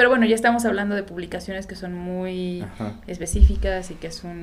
Pero bueno, ya estamos hablando de publicaciones que son muy Ajá. específicas y que es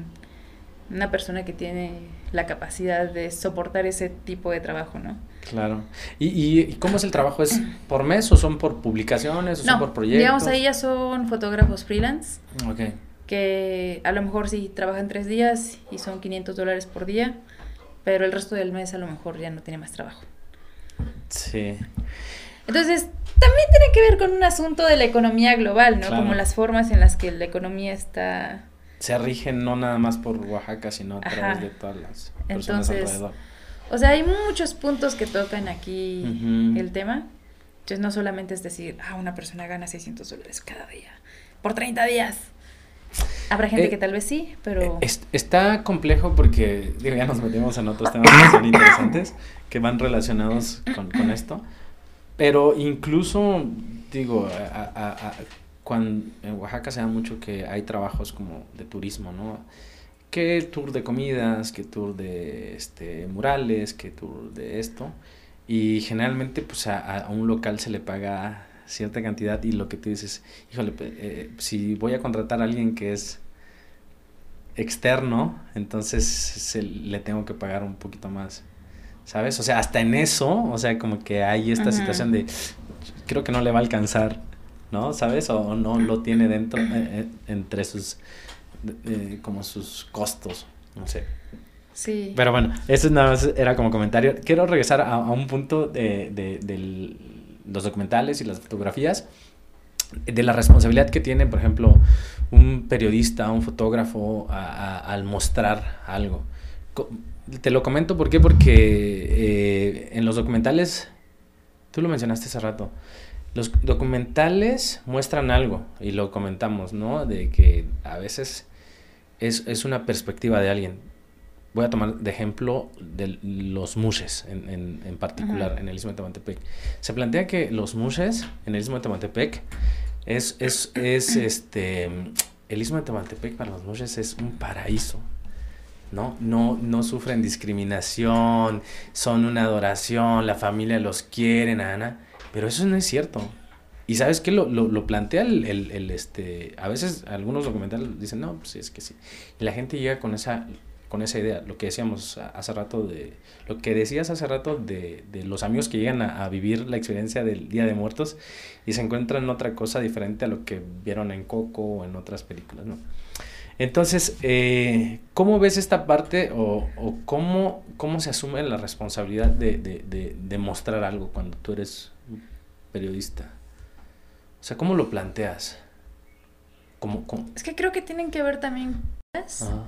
una persona que tiene la capacidad de soportar ese tipo de trabajo, ¿no? Claro. ¿Y cómo es el trabajo? ¿Es por mes o son por publicaciones o son por No, proyectos? digamos, ahí ya son fotógrafos freelance, Ok. que a lo mejor sí trabajan 3 días y son $500 por día, pero el resto del mes a lo mejor ya no tiene más trabajo. Sí. Entonces, también tiene que ver con un asunto de la economía global, ¿no? Claro. Como las formas en las que la economía está... Se rigen no nada más por Oaxaca, sino a través Ajá. de todas las personas Entonces, alrededor. o sea, hay muchos puntos que tocan aquí Ujú. el tema. Entonces, no solamente es decir, una persona gana $600 cada día por 30 días. Habrá gente que tal vez sí, pero... Está complejo porque, digo, ya nos metimos en otros temas que son interesantes, que van relacionados con esto. Pero incluso, digo, cuando en Oaxaca se da mucho que hay trabajos como de turismo, ¿no? Que tour de comidas, que tour de murales, que tour de esto. Y generalmente pues a un local se le paga cierta cantidad y lo que tú dices, híjole, si voy a contratar a alguien que es externo, entonces le tengo que pagar un poquito más, ¿sabes? O sea, hasta en eso, o sea, como que hay esta situación de, creo que no le va a alcanzar, ¿no? ¿Sabes? O no lo tiene dentro, entre sus, como sus costos, no sé. Sí. Pero bueno, eso nada más era como comentario. Quiero regresar a un punto de los documentales y las fotografías, de la responsabilidad que tiene, por ejemplo, un periodista, un fotógrafo al mostrar algo. Te lo comento ¿por qué? Porque en los documentales, tú lo mencionaste hace rato, los documentales muestran algo y lo comentamos, ¿no? De que a veces es una perspectiva de alguien. Voy a tomar de ejemplo de los mushes en particular, en el Istmo de Tehuantepec. Se plantea que los mushes en el Istmo de Tehuantepec el Istmo de Tehuantepec para los mushes es un paraíso, ¿no? No sufren discriminación, son una adoración, la familia los quiere, nana, pero eso no es cierto. Y ¿sabes qué? Lo plantea a veces algunos documentales dicen, no, pues es que sí. Y la gente llega con esa idea, lo que decíamos hace rato lo que decías hace rato de los amigos que llegan a vivir la experiencia del Día de Muertos y se encuentran otra cosa diferente a lo que vieron en Coco o en otras películas, ¿no? Entonces, ¿cómo ves esta parte o cómo se asume la responsabilidad de mostrar algo cuando tú eres un periodista? O sea, ¿cómo lo planteas? ¿Cómo? Es que creo que tienen que ver también... Ajá.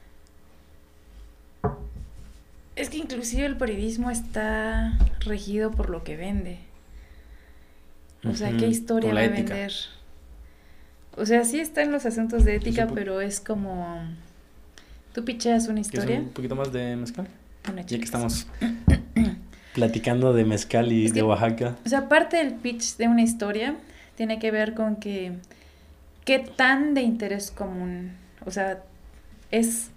Es que inclusive el periodismo está regido por lo que vende. O sea, ¿qué historia va a vender? O sea, sí está en los asuntos de ética, pero es como... Tú picheas una historia. ¿Quieres un poquito más de mezcal? Bueno, ya que estamos platicando de mezcal y de Oaxaca. O sea, parte del pitch de una historia tiene que ver con que... ¿Qué tan de interés común? O sea, es...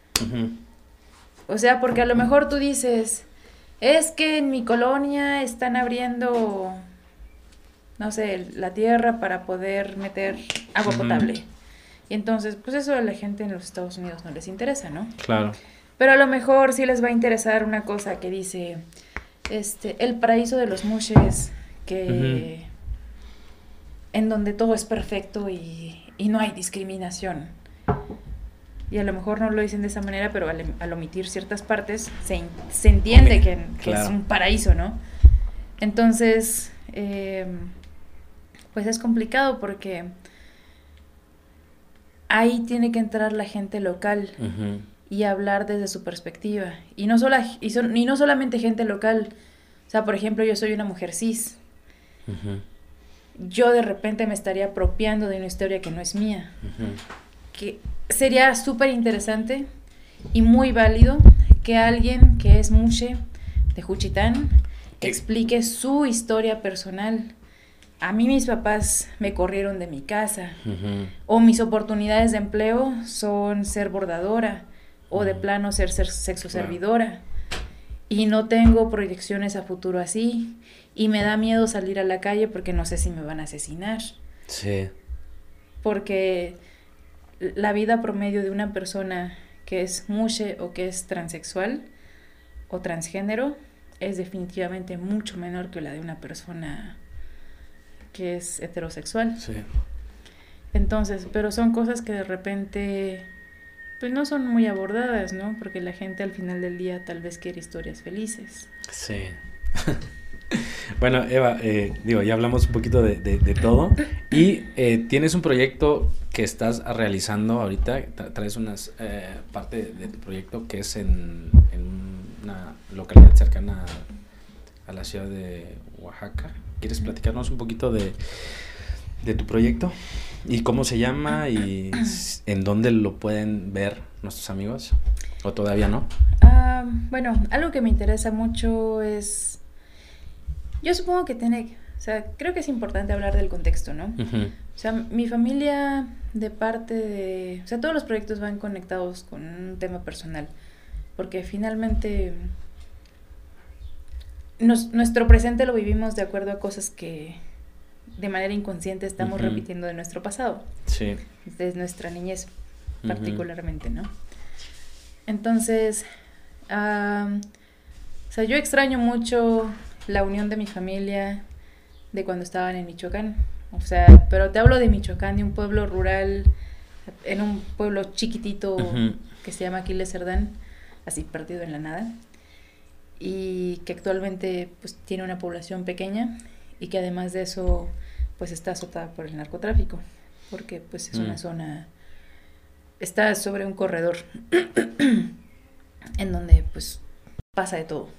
O sea, porque a lo mejor tú dices, es que en mi colonia están abriendo, no sé, la tierra para poder meter agua potable. Y entonces, pues eso a la gente en los Estados Unidos no les interesa, ¿no? Claro. Pero a lo mejor sí les va a interesar una cosa que dice, el paraíso de los mushes, que en donde todo es perfecto y no hay discriminación. Y a lo mejor no lo dicen de esa manera, pero al omitir ciertas partes se entiende que claro, es un paraíso, ¿no? Entonces, pues es complicado porque ahí tiene que entrar la gente local y hablar desde su perspectiva. Y no solamente gente local. O sea, por ejemplo, yo soy una mujer cis. Yo de repente me estaría apropiando de una historia que no es mía. Que sería súper interesante y muy válido que alguien que es mushe de Juchitán explique su historia personal. A mí mis papás me corrieron de mi casa, o mis oportunidades de empleo son ser bordadora, o de plano ser sexo servidora, y no tengo proyecciones a futuro así, y me da miedo salir a la calle porque no sé si me van a asesinar. Sí. Porque la vida promedio de una persona que es mushe o que es transexual o transgénero es definitivamente mucho menor que la de una persona que es heterosexual. Sí. Entonces, pero son cosas que de repente pues no son muy abordadas, ¿no? Porque la gente al final del día tal vez quiere historias felices. Sí. Bueno, Eva, ya hablamos un poquito de todo y tienes un proyecto que estás realizando ahorita, traes unas parte de tu proyecto que es en una localidad cercana a la ciudad de Oaxaca. ¿Quieres platicarnos un poquito de tu proyecto? ¿Y cómo se llama? ¿Y en dónde lo pueden ver nuestros amigos? ¿O todavía no? Bueno, algo que me interesa mucho es... Yo supongo que creo que es importante hablar del contexto, ¿no? Uh-huh. O sea, mi familia de parte de... O sea, todos los proyectos van conectados con un tema personal, porque finalmente nuestro presente lo vivimos de acuerdo a cosas que de manera inconsciente estamos uh-huh. repitiendo de nuestro pasado. Sí. Desde nuestra niñez particularmente, ¿no? Entonces, o sea, yo extraño mucho la unión de mi familia de cuando estaban en Michoacán. O sea, pero te hablo de Michoacán, de un pueblo rural, en un pueblo chiquitito uh-huh. que se llama Aquiles Cerdán, así perdido en la nada, y que actualmente pues tiene una población pequeña y que además de eso pues está azotada por el narcotráfico, porque pues es una zona, está sobre un corredor en donde pues pasa de todo.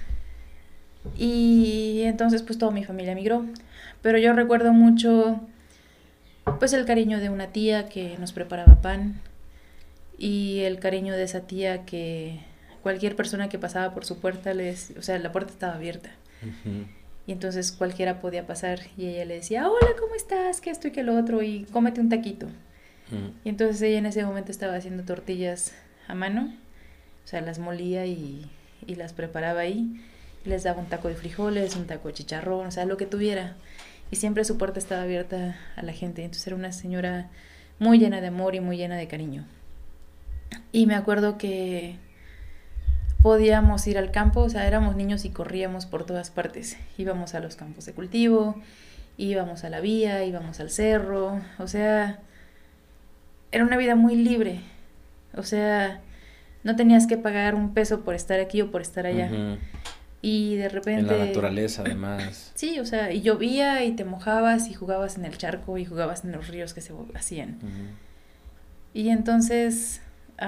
Y entonces pues toda mi familia migró, pero yo recuerdo mucho pues el cariño de una tía que nos preparaba pan y el cariño de esa tía que cualquier persona que pasaba por su puerta o sea, la puerta estaba abierta. Uh-huh. Y entonces cualquiera podía pasar y ella le decía, hola, ¿cómo estás? Que esto y que lo otro, y cómete un taquito. Y entonces ella en ese momento estaba haciendo tortillas a mano, o sea, las molía y las preparaba ahí. Les daba un taco de frijoles, un taco de chicharrón, o sea, lo que tuviera. Y siempre su puerta estaba abierta a la gente. Entonces era una señora muy llena de amor y muy llena de cariño. Y me acuerdo que podíamos ir al campo, o sea, éramos niños y corríamos por todas partes. Íbamos a los campos de cultivo, íbamos a la vía, íbamos al cerro, o sea, era una vida muy libre. O sea, no tenías que pagar un peso por estar aquí o por estar allá. Uh-huh. Y de repente... En la naturaleza, además. Sí, o sea, y llovía y te mojabas y jugabas en el charco y jugabas en los ríos que se hacían. Uh-huh. Y entonces...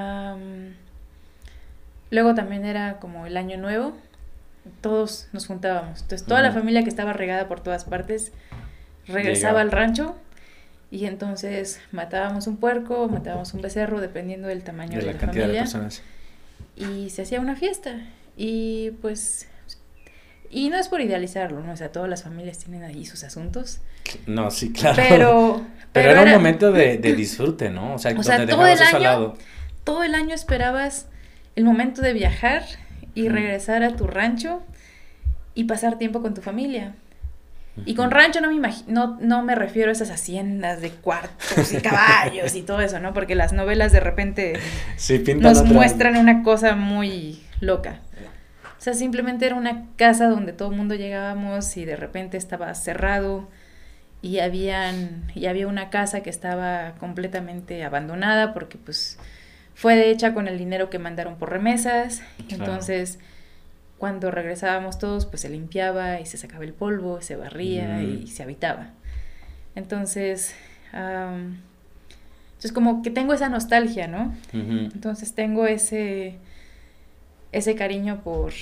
luego también era como el año nuevo, todos nos juntábamos. Entonces toda la familia que estaba regada por todas partes regresaba al rancho y entonces matábamos un puerco, matábamos un becerro, dependiendo del tamaño de la cantidad familia, de personas. Y se hacía una fiesta. Y pues... Y no es por idealizarlo, ¿no? O sea, todas las familias tienen ahí sus asuntos. No, sí, claro. Pero era un momento de disfrute, ¿no? O sea donde dejabas eso al lado. Todo el año esperabas el momento de viajar y regresar a tu rancho y pasar tiempo con tu familia. Y con rancho no me refiero a esas haciendas de cuartos y caballos y todo eso, ¿no? Porque las novelas de repente nos muestran una cosa muy loca. O sea, simplemente era una casa donde todo el mundo llegábamos y de repente estaba cerrado y había una casa que estaba completamente abandonada porque pues fue hecha con el dinero que mandaron por remesas. Claro. Entonces, cuando regresábamos todos, pues se limpiaba y se sacaba el polvo, se barría y se habitaba. Entonces, entonces como que tengo esa nostalgia, ¿no? Uh-huh. Entonces tengo ese cariño por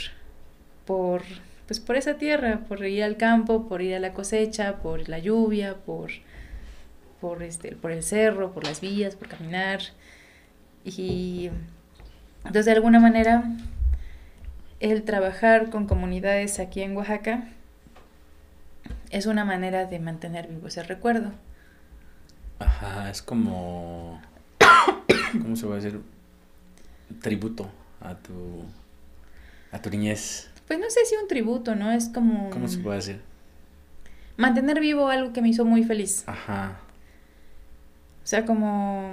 esa tierra, por ir al campo, por ir a la cosecha, por la lluvia, por el cerro, por las vías, por caminar. Y entonces de alguna manera el trabajar con comunidades aquí en Oaxaca es una manera de mantener vivo ese recuerdo. Ajá, es como ¿cómo se va a decir? Tributo a tu niñez. Pues no sé si un tributo, ¿no? Es como... ¿Cómo se puede decir? mantener vivo algo que me hizo muy feliz. Ajá. O sea, como...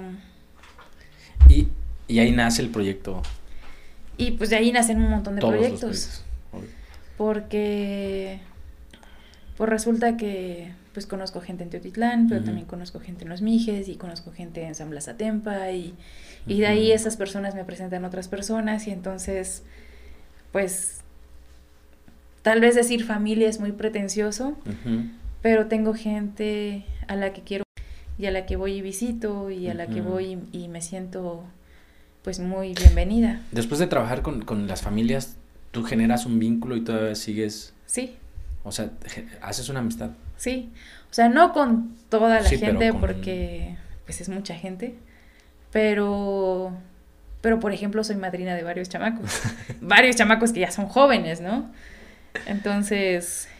Y ahí nace el proyecto. Y pues de ahí nacen un montón de Todos proyectos. los proyectos. Porque pues resulta que pues conozco gente en Teotitlán, pero también conozco gente en Los Mijes y conozco gente en San Blas Atempa y de ahí esas personas me presentan otras personas y entonces pues tal vez decir familia es muy pretencioso, pero tengo gente a la que quiero y a la que voy y visito y a la que voy y me siento pues muy bienvenida. Después de trabajar con las familias, ¿tú generas un vínculo y todavía sigues? Sí. O sea, haces una amistad. Sí, o sea, no con toda la Sí, gente con... porque pues es mucha gente, pero por ejemplo soy madrina de varios chamacos, varios chamacos que ya son jóvenes, ¿no? Entonces,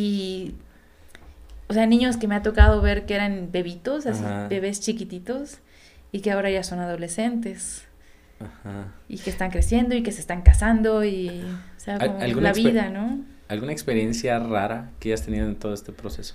o sea, niños que me ha tocado ver que eran bebitos, así, bebés chiquititos, y que ahora ya son adolescentes. Ajá. Y que están creciendo y que se están casando y, o sea, como la vida, ¿no? ¿Alguna experiencia rara que hayas tenido en todo este proceso?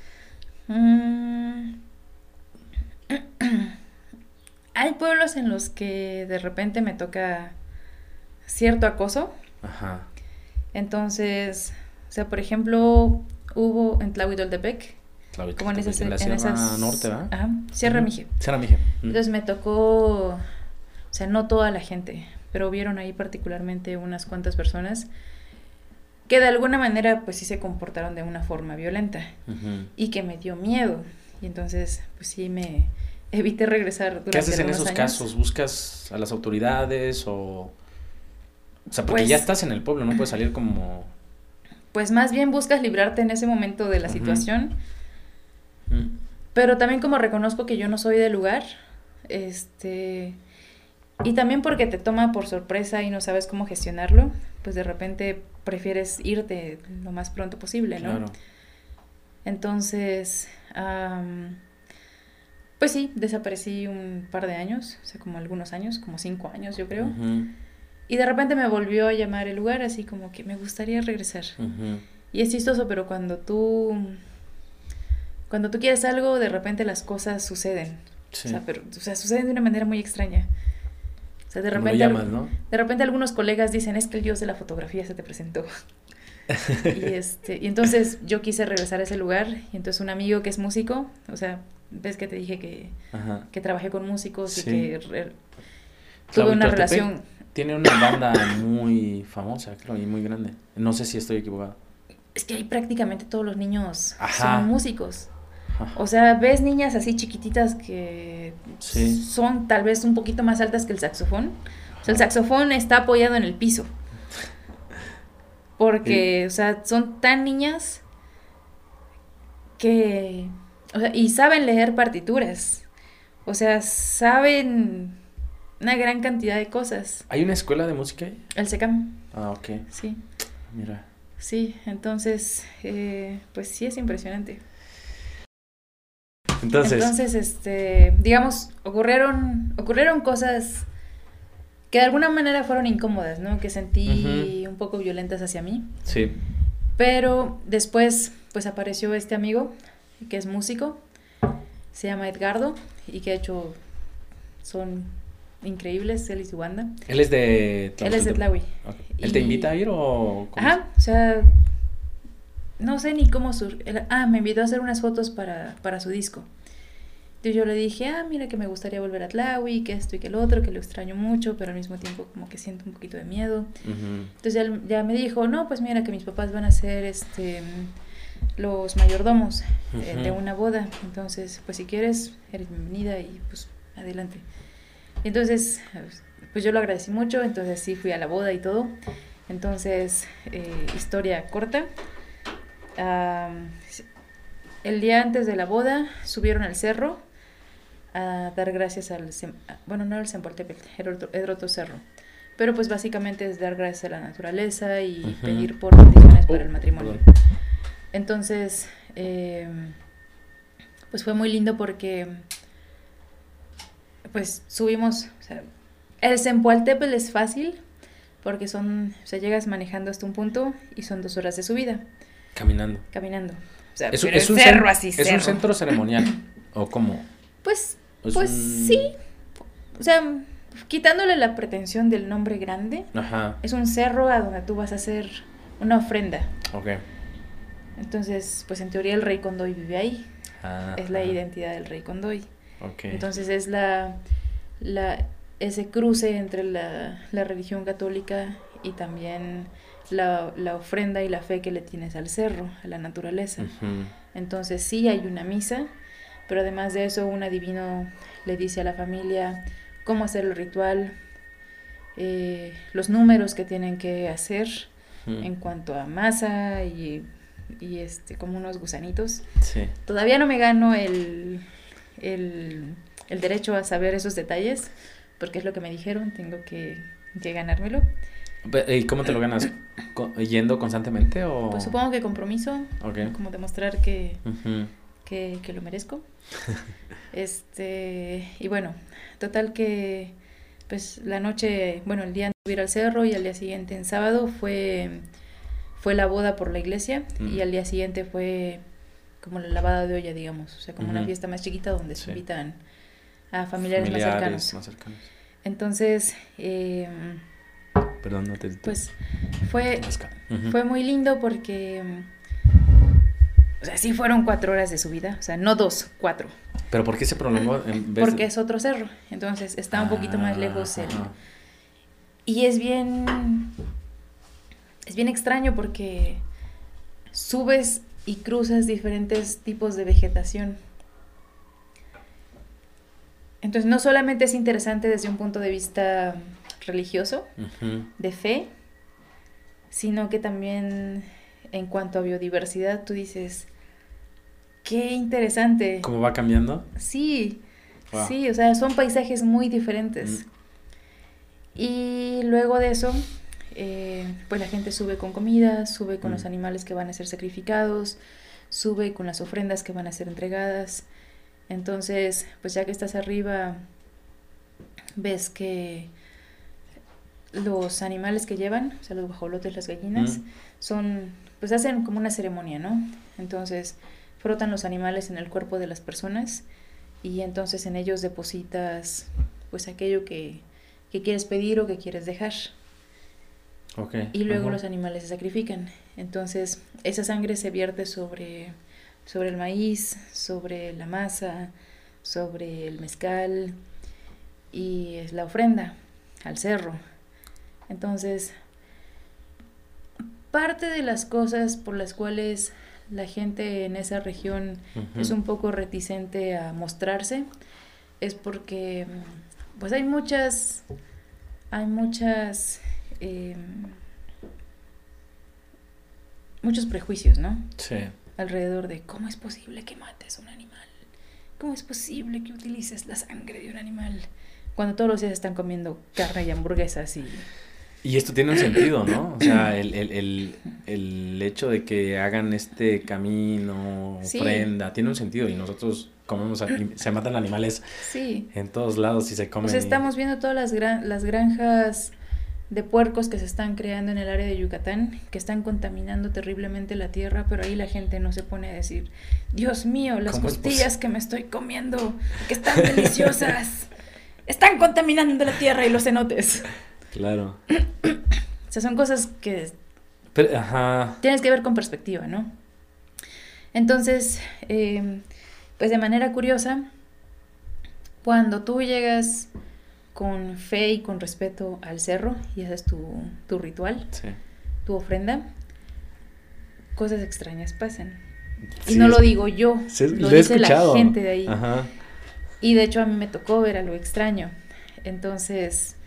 Hay pueblos en los que de repente me toca cierto acoso. Ajá. Entonces, o sea, por ejemplo, hubo en Tlahuitoltepec, como en esas norte, ¿verdad? Ajá, Sierra Mije. Sierra Mije. Entonces me tocó, o sea, no toda la gente, pero vieron ahí particularmente unas cuantas personas que de alguna manera pues sí se comportaron de una forma violenta y que me dio miedo y entonces pues sí me evité regresar durante ¿Qué haces en esos años. casos? ¿Buscas a las autoridades o sea, porque pues, ya estás en el pueblo, no puedes salir como... Pues más bien buscas librarte en ese momento de la situación, pero también como reconozco que yo no soy del lugar, y también porque te toma por sorpresa y no sabes cómo gestionarlo, pues de repente prefieres irte lo más pronto posible, ¿no? Claro. Entonces, pues sí, desaparecí un par de años, o sea, como algunos años, como 5 años yo creo. Y de repente me volvió a llamar el lugar, así como que me gustaría regresar. Y es chistoso, pero cuando tú quieres algo, de repente las cosas suceden. Sí. O sea, suceden de una manera muy extraña. O sea, de repente, llamas, ¿no? De repente algunos colegas dicen, es que el dios de la fotografía se te presentó. y entonces yo quise regresar a ese lugar, y entonces un amigo que es músico, o sea, ves que te dije que trabajé con músicos y que tuve una relación... Tiene una banda muy famosa, creo, y muy grande. No sé si estoy equivocado. Es que ahí prácticamente todos los niños son músicos. O sea, ves niñas así chiquititas que son tal vez un poquito más altas que el saxofón. O sea, el saxofón está apoyado en el piso. Porque, o sea, son tan niñas que... O sea, y saben leer partituras. O sea, saben una gran cantidad de cosas. ¿Hay una escuela de música ahí? El SECAM. Ah, ok. Sí. Mira. Sí, entonces, pues sí es impresionante. Entonces, digamos, ocurrieron cosas que de alguna manera fueron incómodas, ¿no? Que sentí un poco violentas hacia mí. Sí. Pero después, pues apareció este amigo, que es músico, se llama Edgardo, y que de hecho son increíbles, él y su banda. ¿Él es de Tlahui? Él es de Tlahui. Okay. ¿Él te invita a ir o...? Ajá, o sea... No sé ni cómo me invitó a hacer unas fotos para su disco. Entonces yo le dije, mira que me gustaría volver a Tlahui, que esto y que el otro, que lo extraño mucho, pero al mismo tiempo como que siento un poquito de miedo. Entonces él ya me dijo, no, pues mira que mis papás van a ser los mayordomos de una boda. Entonces, pues si quieres, eres bienvenida y pues adelante. Entonces, pues yo lo agradecí mucho, entonces sí fui a la boda y todo. Entonces, historia corta. El día antes de la boda subieron al cerro a dar gracias no al Sempoltepetl, era otro cerro, pero pues básicamente es dar gracias a la naturaleza y pedir por bendiciones para el matrimonio. Entonces pues fue muy lindo porque pues subimos, o sea, el Sempoltepetl es fácil porque llegas manejando hasta un punto y son 2 horas de subida. Caminando. O sea, Es, pero es el un cerro cen- así, es un cerro. centro ceremonial, ¿o cómo? Pues, Es pues un- sí. O sea, quitándole la pretensión del nombre grande, Ajá, es un cerro a donde tú vas a hacer una ofrenda. ok. Entonces, pues en teoría el rey Condoy vive ahí. Es la Ajá, identidad del rey Condoy. ok. Entonces es ese cruce entre la religión católica y también la ofrenda y la fe que le tienes al cerro, a la naturaleza. Ujú, Entonces sí hay una misa, pero además de eso un adivino le dice a la familia cómo hacer el ritual, los números que tienen que hacer ujú. en cuanto a masa y como unos gusanitos. Sí. Todavía no me gano el derecho a saber esos detalles, porque es lo que me dijeron, tengo que ganármelo. ¿Y cómo te lo ganas? ¿Yendo constantemente o...? Pues supongo que compromiso, Ok. como demostrar que Ujú, lo merezco. Y bueno, total que pues la noche, bueno, el día antes de ir al cerro y al día siguiente en sábado fue la boda por la iglesia y al día siguiente fue como la lavada de olla, digamos, o sea, como una Ujú. fiesta más chiquita donde se Sí. invitan a familiares más cercanos. más cercanos. Entonces, Perdón, no te... pues fue Ujú. fue muy lindo porque, o sea, sí fueron 4 horas de subida, o sea, no 2, 4, ¿Pero por qué se prolongó en vez porque de...? es otro cerro, entonces está un poquito más lejos Ajá. y es bien extraño porque subes y cruzas diferentes tipos de vegetación. Entonces no solamente es interesante desde un punto de vista religioso, Ujú. de fe, sino que también en cuanto a biodiversidad tú dices, qué interesante. ¿Cómo va cambiando? Sí, Wow. sí, o sea, son paisajes muy diferentes. Y luego de eso, pues la gente sube con comida, sube con los animales que van a ser sacrificados, sube con las ofrendas que van a ser entregadas. Entonces, pues ya que estás arriba, ves que los animales que llevan, o sea, los guajolotes, las gallinas, pues hacen como una ceremonia, ¿no? Entonces, frotan los animales en el cuerpo de las personas y entonces en ellos depositas, pues aquello que quieres pedir o que quieres dejar. Okay. Y luego los animales se sacrifican. Entonces, esa sangre se vierte sobre el maíz, sobre la masa, sobre el mezcal y es la ofrenda al cerro. Entonces, parte de las cosas por las cuales la gente en esa región es un poco reticente a mostrarse es porque pues hay muchos prejuicios, ¿no? Sí. Alrededor de cómo es posible que mates a un animal, cómo es posible que utilices la sangre de un animal, cuando todos los días están comiendo carne y hamburguesas Y esto tiene un sentido, ¿no? O sea, el hecho de que hagan este camino, ofrenda, tiene un sentido y nosotros comemos, se matan animales en todos lados y se comen. Pues estamos viendo todas las granjas de puercos que se están creando en el área de Yucatán, que están contaminando terriblemente la tierra, pero ahí la gente no se pone a decir, Dios mío, las costillas que me estoy comiendo, que están deliciosas, están contaminando la tierra y los cenotes. Claro. O sea, son cosas que tienes que ver con perspectiva, ¿no? Entonces, pues de manera curiosa, cuando tú llegas con fe y con respeto al cerro y haces tu ritual, tu ofrenda, cosas extrañas pasan. Y no lo digo yo, lo dice la gente de ahí. Ajá. Y de hecho a mí me tocó ver algo extraño. Entonces,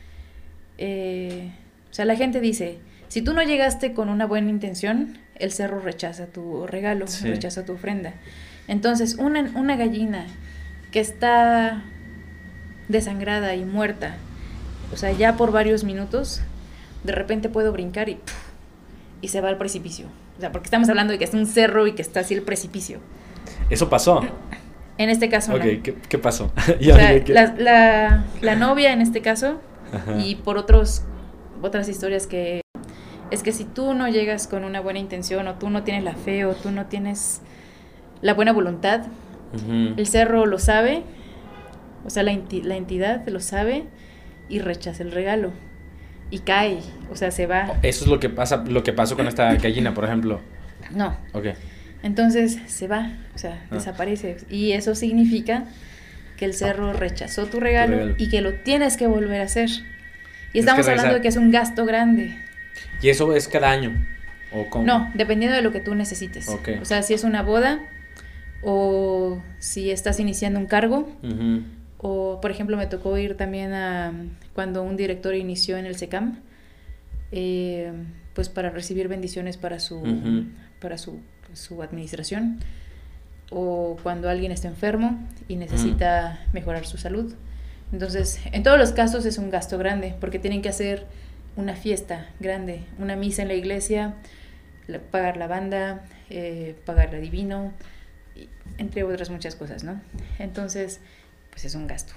o sea, la gente dice, si tú no llegaste con una buena intención, el cerro rechaza tu regalo, rechaza tu ofrenda. Entonces, una gallina que está desangrada y muerta, o sea, ya por varios minutos, de repente puedo brincar y se va al precipicio. O sea, porque estamos hablando de que es un cerro y que está así el precipicio. ¿Eso pasó? En este caso no. ¿Qué pasó? O sea, la novia en este caso, y por otras historias que es que si tú no llegas con una buena intención o tú no tienes la fe o tú no tienes la buena voluntad. El cerro lo sabe, o sea, la entidad lo sabe y rechaza el regalo. Y cae, o sea, se va. Eso es lo que pasó con esta gallina, por ejemplo. No. Ok. Entonces se va, o sea, desaparece. Y eso significa que el cerro rechazó tu regalo y que lo tienes que volver a hacer. Y estamos hablando de que es un gasto grande. ¿Y eso es cada año? ¿O cómo? No, dependiendo de lo que tú necesites. Okay. O sea, si es una boda o si estás iniciando un cargo. O, por ejemplo, me tocó ir también a cuando un director inició en el SECAM, pues para recibir bendiciones para su administración, o cuando alguien está enfermo y necesita mejorar su salud. Entonces, en todos los casos es un gasto grande, porque tienen que hacer una fiesta grande, una misa en la iglesia, pagar la banda, pagar el adivino, entre otras muchas cosas, ¿no? Entonces, pues es un gasto.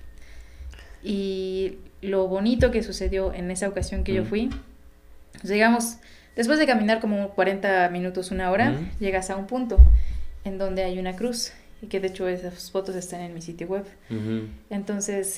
Y lo bonito que sucedió en esa ocasión que yo fui, pues llegamos, después de caminar como 40 minutos, una hora, llegas a un punto en donde hay una cruz, y que de hecho esas fotos están en mi sitio web. Entonces,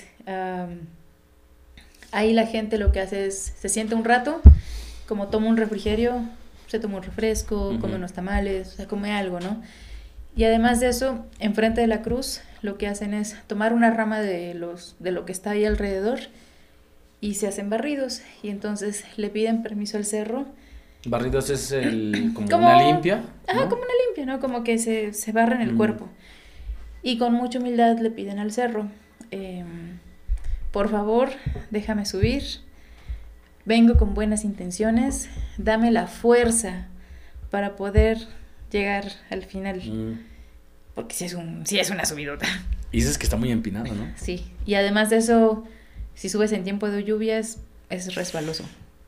ahí la gente lo que hace es, se sienta un rato, como toma un refrigerio, se toma un refresco, come unos tamales, o sea, come algo, ¿no? Y además de eso, enfrente de la cruz, lo que hacen es tomar una rama de lo que está ahí alrededor y se hacen barridos. Y entonces le piden permiso al cerro. ¿Barridos es como una limpia? Ajá, ¿no? Como una limpia, ¿no? Como que se barren el cuerpo. Y con mucha humildad le piden al cerro, por favor, déjame subir. Vengo con buenas intenciones. Dame la fuerza para poder llegar al final. Porque sí es una subidota. Y dices que está muy empinado, ¿no? Sí, y además de eso, si subes en tiempo de lluvias, es resbaloso.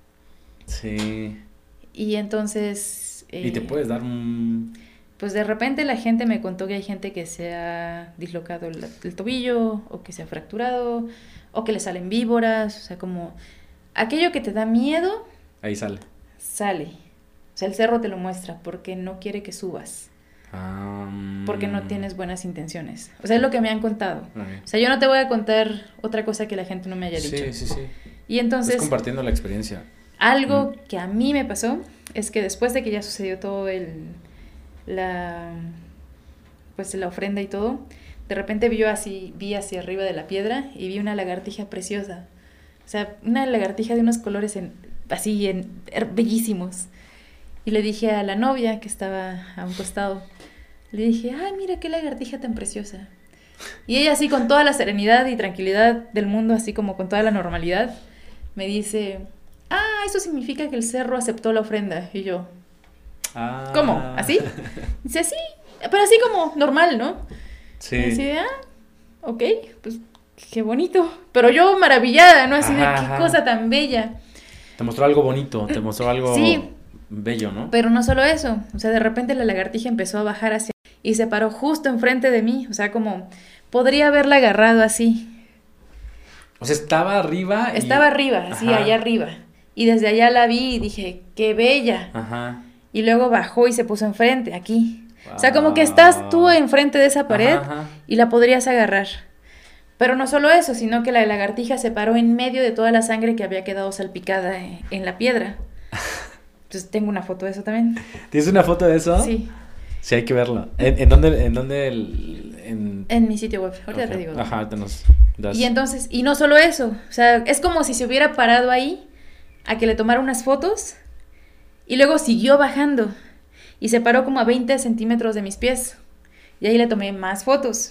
Sí. Y entonces... ¿Y te puedes dar un...? Pues de repente la gente me contó que hay gente que se ha dislocado el tobillo, o que se ha fracturado, o que le salen víboras, o sea, como... Aquello que te da miedo... Ahí sale. Sale. O sea, el cerro te lo muestra porque no quiere que subas. Porque no tienes buenas intenciones. O sea, es lo que me han contado. O sea, yo no te voy a contar otra cosa que la gente no me haya dicho. Sí. Y entonces... Estás compartiendo la experiencia. Algo que a mí me pasó es que después de que ya sucedió todo la ofrenda y todo, de repente vi hacia arriba de la piedra y vi una lagartija preciosa. O sea, una lagartija de unos colores bellísimos. Y le dije a la novia que estaba a un costado, le dije, ay, mira qué lagartija tan preciosa. Y ella así con toda la serenidad y tranquilidad del mundo, así como con toda la normalidad, me dice, eso significa que el cerro aceptó la ofrenda. Y yo, ¿cómo? ¿Así? Dice, sí, pero así como normal, ¿no? Sí. Y dice, ok, pues qué bonito. Pero yo maravillada, ¿no? Así de qué cosa tan bella. Te mostró algo bonito, te mostró algo... Sí. Bello, ¿no? Pero no solo eso, o sea, de repente la lagartija empezó a bajar hacia y se paró justo enfrente de mí, o sea, como podría haberla agarrado así. O sea, estaba arriba. Estaba arriba, así, allá arriba. Y desde allá la vi y dije, ¡qué bella! Ajá. Y luego bajó y se puso enfrente, aquí. Wow. O sea, como que estás tú enfrente de esa pared y la podrías agarrar. Pero no solo eso, sino que la lagartija se paró en medio de toda la sangre que había quedado salpicada en la piedra. Entonces tengo una foto de eso también. ¿Tienes una foto de eso? Sí. Sí, hay que verlo. ¿En dónde? En mi sitio web, ahorita te digo. Ajá, te nos das. Y entonces, y no solo eso, o sea, es como si se hubiera parado ahí a que le tomara unas fotos y luego siguió bajando y se paró como a 20 centímetros de mis pies y ahí le tomé más fotos.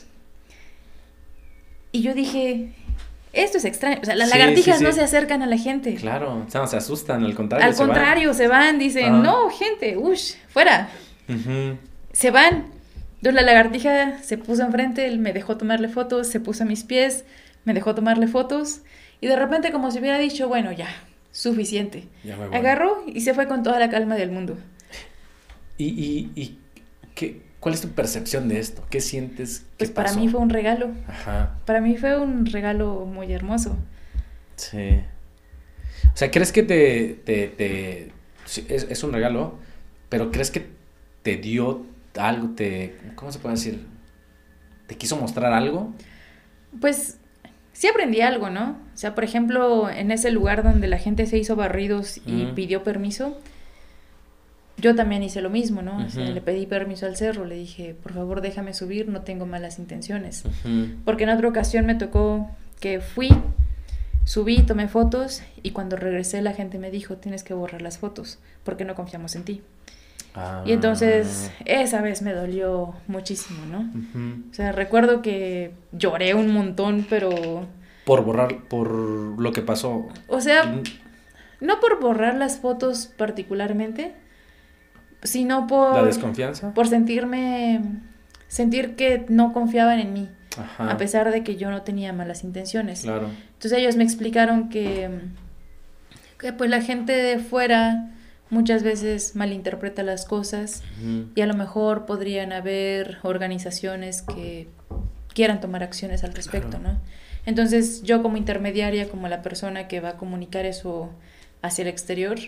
Y yo dije... Esto es extraño, o sea, las lagartijas no se acercan a la gente. Claro, o sea, no se asustan, al contrario. Al contrario, se van, dicen, no, gente, fuera. Se van. Entonces la lagartija se puso enfrente, él me dejó tomarle fotos, se puso a mis pies, me dejó tomarle fotos, y de repente como si hubiera dicho, bueno, ya, suficiente. Ya me voy. Agarró y se fue con toda la calma del mundo. ¿Y cuál es tu percepción de esto? ¿Qué sientes? Pues para mí fue un regalo. Ajá. Para mí fue un regalo muy hermoso. Sí. O sea, ¿crees que es un regalo, pero crees que te dio algo ¿cómo se puede decir? ¿Te quiso mostrar algo? Pues sí aprendí algo, ¿no? O sea, por ejemplo, en ese lugar donde la gente se hizo barridos y pidió permiso, yo también hice lo mismo, ¿no? O sea, le pedí permiso al cerro, le dije, por favor, déjame subir, no tengo malas intenciones. Porque en otra ocasión me tocó que subí, tomé fotos y cuando regresé la gente me dijo, tienes que borrar las fotos porque no confiamos en ti. Y entonces esa vez me dolió muchísimo, ¿no? O sea, recuerdo que lloré un montón, pero... Por lo que pasó. O sea, no por borrar las fotos particularmente, sino por... ¿La desconfianza? Por sentir que no confiaban en mí. Ajá. A pesar de que yo no tenía malas intenciones. Claro. Entonces ellos me explicaron que pues la gente de fuera muchas veces malinterpreta las cosas y a lo mejor podrían haber organizaciones que quieran tomar acciones al respecto, ¿no? Entonces yo como intermediaria, como la persona que va a comunicar eso hacia el exterior,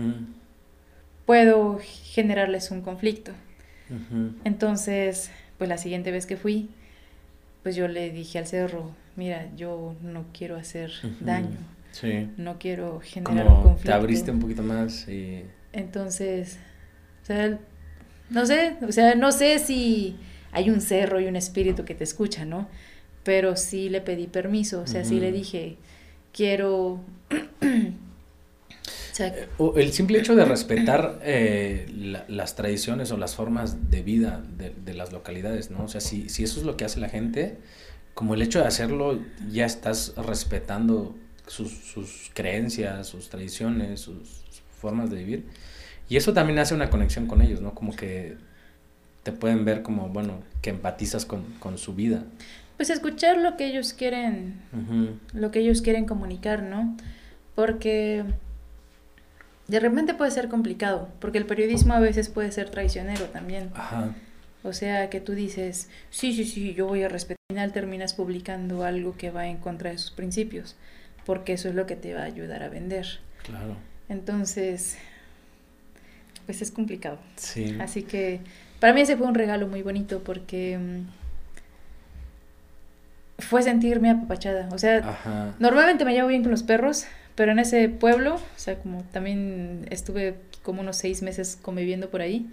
puedo generarles un conflicto. Entonces, pues la siguiente vez que fui, pues yo le dije al cerro, mira, yo no quiero hacer daño. Sí. No quiero generar como un conflicto. Te abriste un poquito más y... Entonces, o sea, no sé si hay un cerro y un espíritu que te escucha, ¿no? Pero sí le pedí permiso, o sea, sí le dije, quiero... o sea, el simple hecho de respetar las tradiciones o las formas de vida de las localidades, ¿no? O sea, si eso es lo que hace la gente, como el hecho de hacerlo, ya estás respetando sus creencias, sus tradiciones, sus formas de vivir. Y eso también hace una conexión con ellos, ¿no? Como que te pueden ver como, bueno, que empatizas con su vida. Pues escuchar lo que ellos quieren, lo que ellos quieren comunicar, ¿no? Porque de repente puede ser complicado, porque el periodismo a veces puede ser traicionero también. Ajá. O sea, que tú dices, sí, yo voy a respetar. Al final terminas publicando algo que va en contra de sus principios, porque eso es lo que te va a ayudar a vender. Claro. Entonces, pues es complicado. Sí. Así que para mí ese fue un regalo muy bonito porque fue sentirme apapachada. O sea, normalmente me llevo bien con los perros, pero en ese pueblo, o sea, como también estuve como unos 6 meses conviviendo por ahí,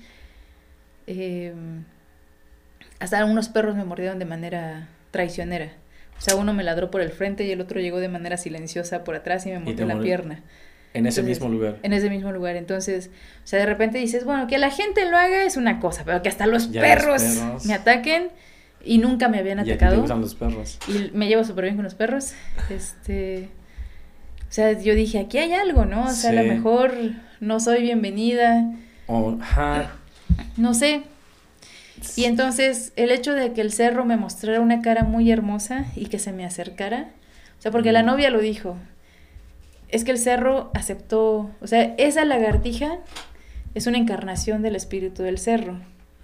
hasta unos perros me mordieron de manera traicionera. O sea, uno me ladró por el frente y el otro llegó de manera silenciosa por atrás y me mordió la pierna. En ese mismo lugar. En ese mismo lugar. Entonces, o sea, de repente dices, bueno, que la gente lo haga es una cosa, pero que hasta los perros me ataquen y nunca me habían atacado. ¿Y a ti te gustan los perros? Y me llevo súper bien con los perros. O sea, yo dije, aquí hay algo, ¿no? O sea, a lo mejor no soy bienvenida. No sé. Y entonces, el hecho de que el cerro me mostrara una cara muy hermosa y que se me acercara, o sea, porque la novia lo dijo, es que el cerro aceptó, o sea, esa lagartija es una encarnación del espíritu del cerro.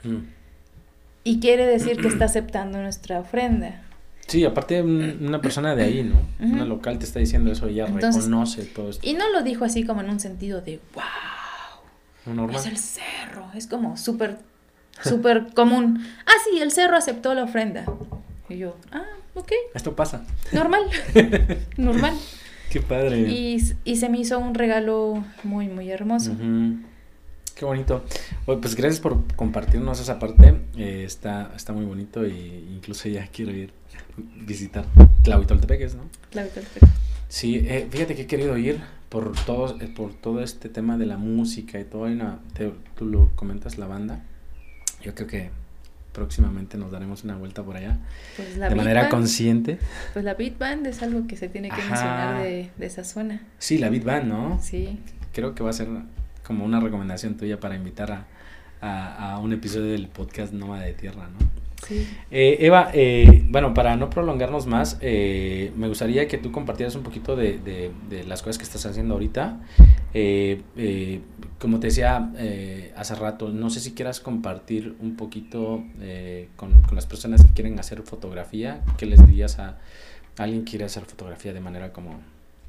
Y quiere decir que está aceptando nuestra ofrenda. Sí, aparte una persona de ahí, ¿no? Una local te está diciendo eso, ella reconoce todo esto. Y no lo dijo así como en un sentido de, wow, normal. Es el cerro, es como súper común. Sí, el cerro aceptó la ofrenda. Y yo, ok. Esto pasa. Normal. Qué padre. Y se me hizo un regalo muy, muy hermoso. Qué bonito. Pues gracias por compartirnos esa parte. Está muy bonito y incluso ya quiero ir a visitar Tlahuitoltepec, ¿no? Tlahuitoltepec. Sí, fíjate que he querido ir por todo este tema de la música y todo. Tú lo comentas, la banda. Yo creo que próximamente nos daremos una vuelta por allá. Pues de manera consciente. Pues la Beat Band es algo que se tiene que mencionar de esa zona. Sí, la Beat Band, ¿no? Sí. Creo que va a ser como una recomendación tuya para invitar a un episodio del podcast Nómada de Tierra, ¿no? Sí. Eva, bueno, para no prolongarnos más, me gustaría que tú compartieras un poquito de las cosas que estás haciendo ahorita. Como te decía hace rato, no sé si quieras compartir un poquito con las personas que quieren hacer fotografía. ¿Qué les dirías a alguien que quiere hacer fotografía de manera como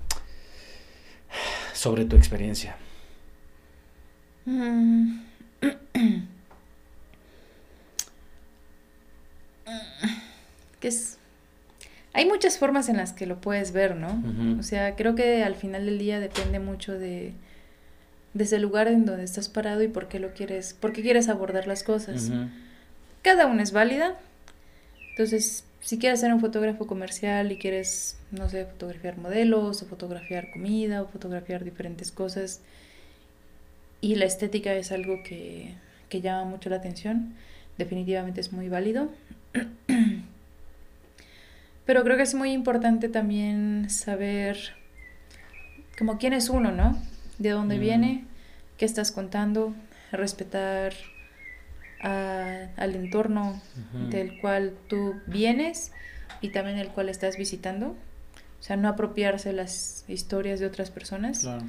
sobre tu experiencia? Hay muchas formas en las que lo puedes ver, ¿no? Ujú. O sea, creo que al final del día depende mucho desde el lugar en donde estás parado y por qué quieres abordar las cosas. Ujú. Cada una es válida. Entonces, si quieres ser un fotógrafo comercial y quieres, no sé, fotografiar modelos o fotografiar comida o fotografiar diferentes cosas y la estética es algo que llama mucho la atención, definitivamente es muy válido. Pero creo que es muy importante también saber como quién es uno, ¿no? De dónde viene, qué estás contando, respetar al entorno del cual tú vienes y también el cual estás visitando. O sea, no apropiarse las historias de otras personas. Claro.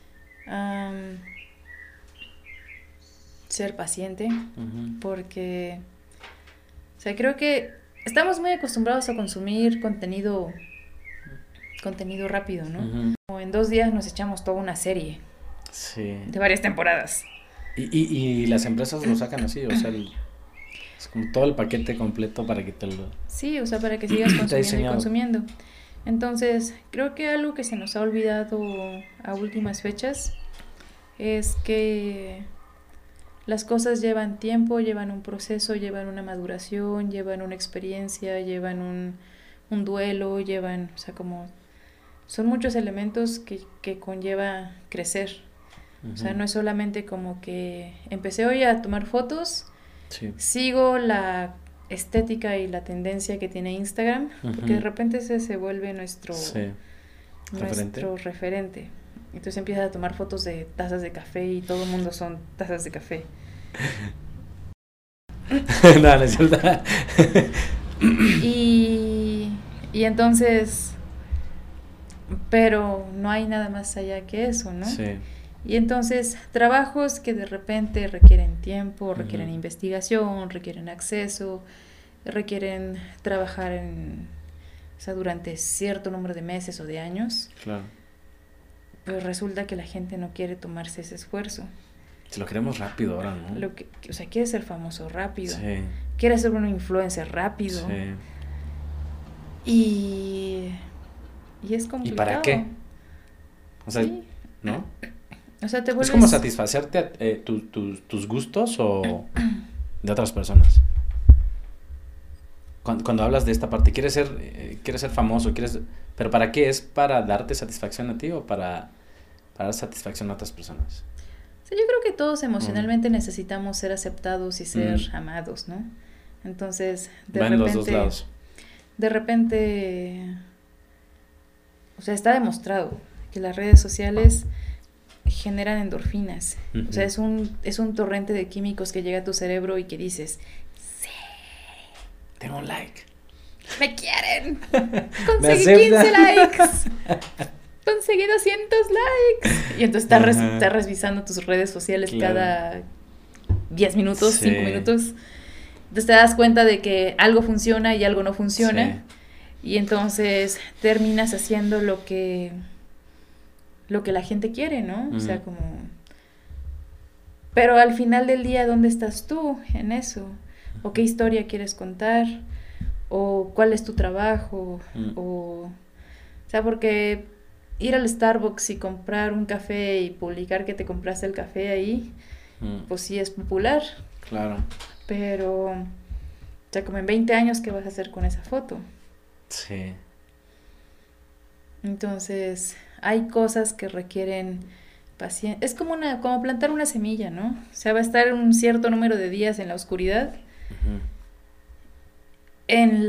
Ser paciente, porque, o sea, creo que estamos muy acostumbrados a consumir contenido rápido, ¿no? Como en 2 días nos echamos toda una serie de varias temporadas. Y las empresas lo sacan así, o sea, es como todo el paquete completo para que te lo... Sí, o sea, para que sigas consumiendo y consumiendo. Entonces, creo que algo que se nos ha olvidado a últimas fechas es que las cosas llevan tiempo, llevan un proceso, llevan una maduración, llevan una experiencia, llevan un duelo, o sea, como son muchos elementos que conlleva crecer. O sea, no es solamente como que empecé hoy a tomar fotos, sigo la estética y la tendencia que tiene Instagram, porque de repente ese se vuelve nuestro referente. Entonces empiezas a tomar fotos de tazas de café y todo el mundo son tazas de café. No es cierto. Y entonces, pero no hay nada más allá que eso, ¿no? Sí. Y entonces, trabajos que de repente requieren tiempo, requieren investigación, requieren acceso, requieren trabajar o sea, durante cierto número de meses o de años. Claro. Pero resulta que la gente no quiere tomarse ese esfuerzo. Si lo queremos rápido ahora, ¿no? O sea, quiere ser famoso rápido. Sí. Quiere ser un influencer rápido. Sí. Y es complicado. ¿Y para qué? O sea, sí. ¿no? O sea, te vuelves... ¿Es como satisfacerte tus gustos o de otras personas? Cuando hablas de esta parte, ¿quieres ser famoso? ¿Pero para qué? ¿Es para darte satisfacción a ti o para dar satisfacción a otras personas? O sea, yo creo que todos emocionalmente necesitamos ser aceptados y ser amados, ¿no? Entonces, van los dos lados. De repente, o sea, está demostrado que las redes sociales generan endorfinas. O sea, es un torrente de químicos que llega a tu cerebro y que dices, sí, tengo un like. Me quieren. Conseguí 15 likes. Conseguí 200 likes. Y entonces estás revisando tus redes sociales cada 10 minutos, 5 minutos. Entonces te das cuenta de que algo funciona y algo no funciona. Sí. Y entonces terminas haciendo lo que la gente quiere, ¿no? O sea, como... Pero al final del día, ¿dónde estás tú en eso? ¿O qué historia quieres contar? ¿O cuál es tu trabajo? O sea, porque ir al Starbucks y comprar un café y publicar que te compraste el café ahí, pues sí es popular. Claro. Pero, o sea, como en 20 años, ¿qué vas a hacer con esa foto? Sí. Entonces, hay cosas que requieren paciencia. Es como plantar una semilla, ¿no? O sea, va a estar un cierto número de días en la oscuridad. En